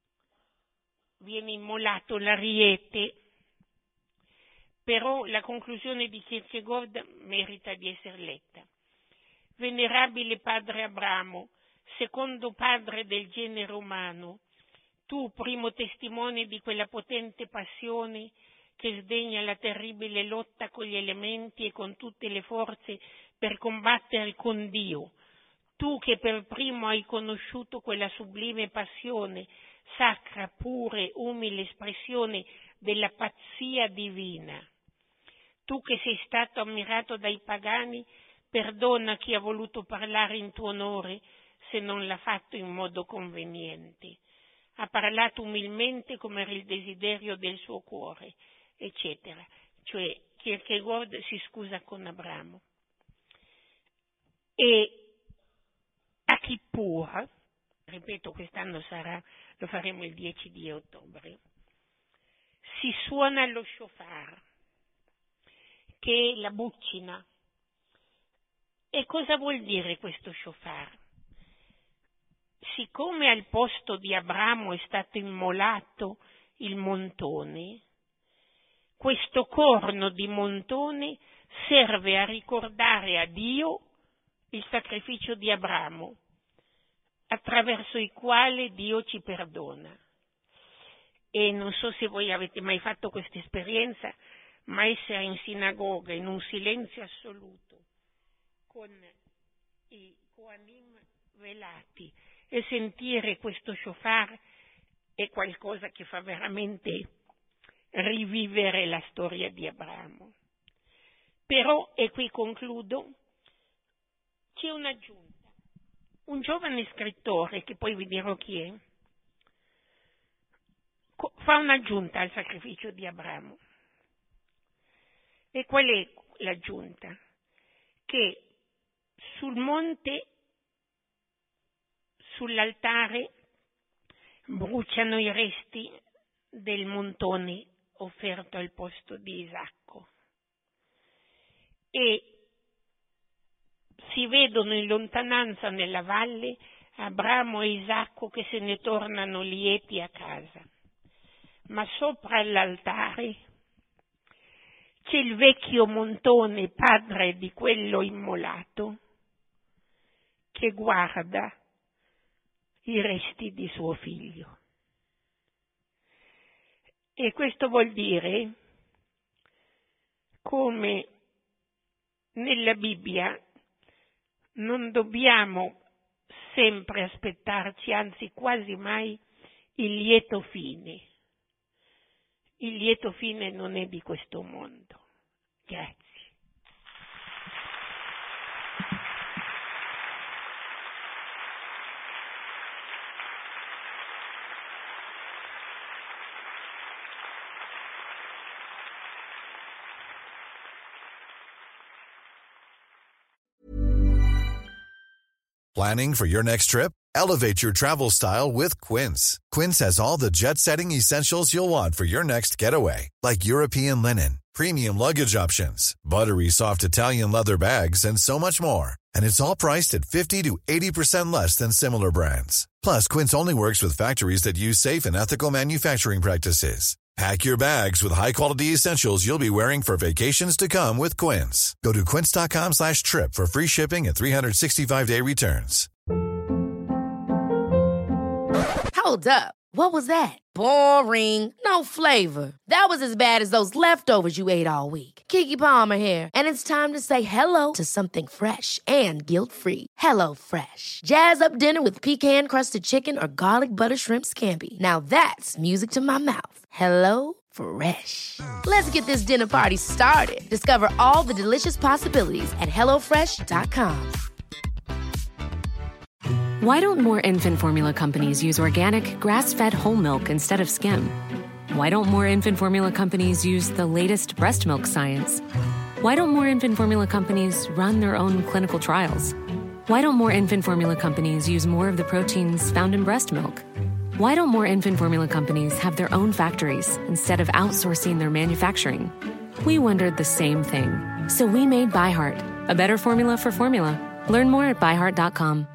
Speaker 6: viene immolato l'ariete. Però la conclusione di Kierkegaard merita di essere letta. Venerabile padre Abramo, secondo padre del genere umano, tu, primo testimone di quella potente passione che sdegna la terribile lotta con gli elementi e con tutte le forze per combattere con Dio, tu che per primo hai conosciuto quella sublime passione, sacra, pure, umile espressione della pazzia divina. Tu che sei stato ammirato dai pagani, perdona chi ha voluto parlare in tuo onore se non l'ha fatto in modo conveniente. Ha parlato umilmente come era il desiderio del suo cuore, eccetera. Cioè, Kierkegaard si scusa con Abramo. E a Kippur, ripeto, quest'anno lo faremo il 10 di ottobre, si suona lo shofar, che è la buccina. E cosa vuol dire questo shofar? Siccome al posto di Abramo è stato immolato il montone, questo corno di montone serve a ricordare a Dio il sacrificio di Abramo, attraverso il quale Dio ci perdona. E non so se voi avete mai fatto questa esperienza, ma essere in sinagoga in un silenzio assoluto, con i Kohanim velati, e sentire questo shofar è qualcosa che fa veramente rivivere la storia di Abramo. Però, e qui concludo, c'è un'aggiunta. Un giovane scrittore, che poi vi dirò chi è, fa un'aggiunta al sacrificio di Abramo. E qual è l'aggiunta? Che sul monte, sull'altare, bruciano i resti del montone offerto al posto di Isacco. E si vedono in lontananza nella valle Abramo e Isacco che se ne tornano lieti a casa. Ma sopra l'altare c'è il vecchio montone, padre di quello immolato, che guarda i resti di suo figlio. E questo vuol dire come nella Bibbia non dobbiamo sempre aspettarci, anzi quasi mai, il lieto fine. Il lieto fine non è di questo mondo. Grazie.
Speaker 10: Planning for your next trip? Elevate your travel style with Quince. Quince has all the jet-setting essentials you'll want for your next getaway, like European linen, premium luggage options, buttery soft Italian leather bags, and so much more. And it's all priced at 50 to 80% less than similar brands. Plus, Quince only works with factories that use safe and ethical manufacturing practices. Pack your bags with high-quality essentials you'll be wearing for vacations to come with Quince. Go to quince.com/trip for free shipping and 365-day returns.
Speaker 11: Hold up. What was that? Boring. No flavor. That was as bad as those leftovers you ate all week. Keke Palmer here, and it's time to say hello to something fresh and guilt-free. HelloFresh. Jazz up dinner with pecan-crusted chicken or garlic butter shrimp scampi. Now that's music to my mouth. HelloFresh. Let's get this dinner party started. Discover all the delicious possibilities at HelloFresh.com.
Speaker 15: Why don't more infant formula companies use organic, grass-fed whole milk instead of skim? Why don't more infant formula companies use the latest breast milk science? Why don't more infant formula companies run their own clinical trials? Why don't more infant formula companies use more of the proteins found in breast milk? Why don't more infant formula companies have their own factories instead of outsourcing their manufacturing? We wondered the same thing. So we made ByHeart, a better formula for formula. Learn more at byheart.com.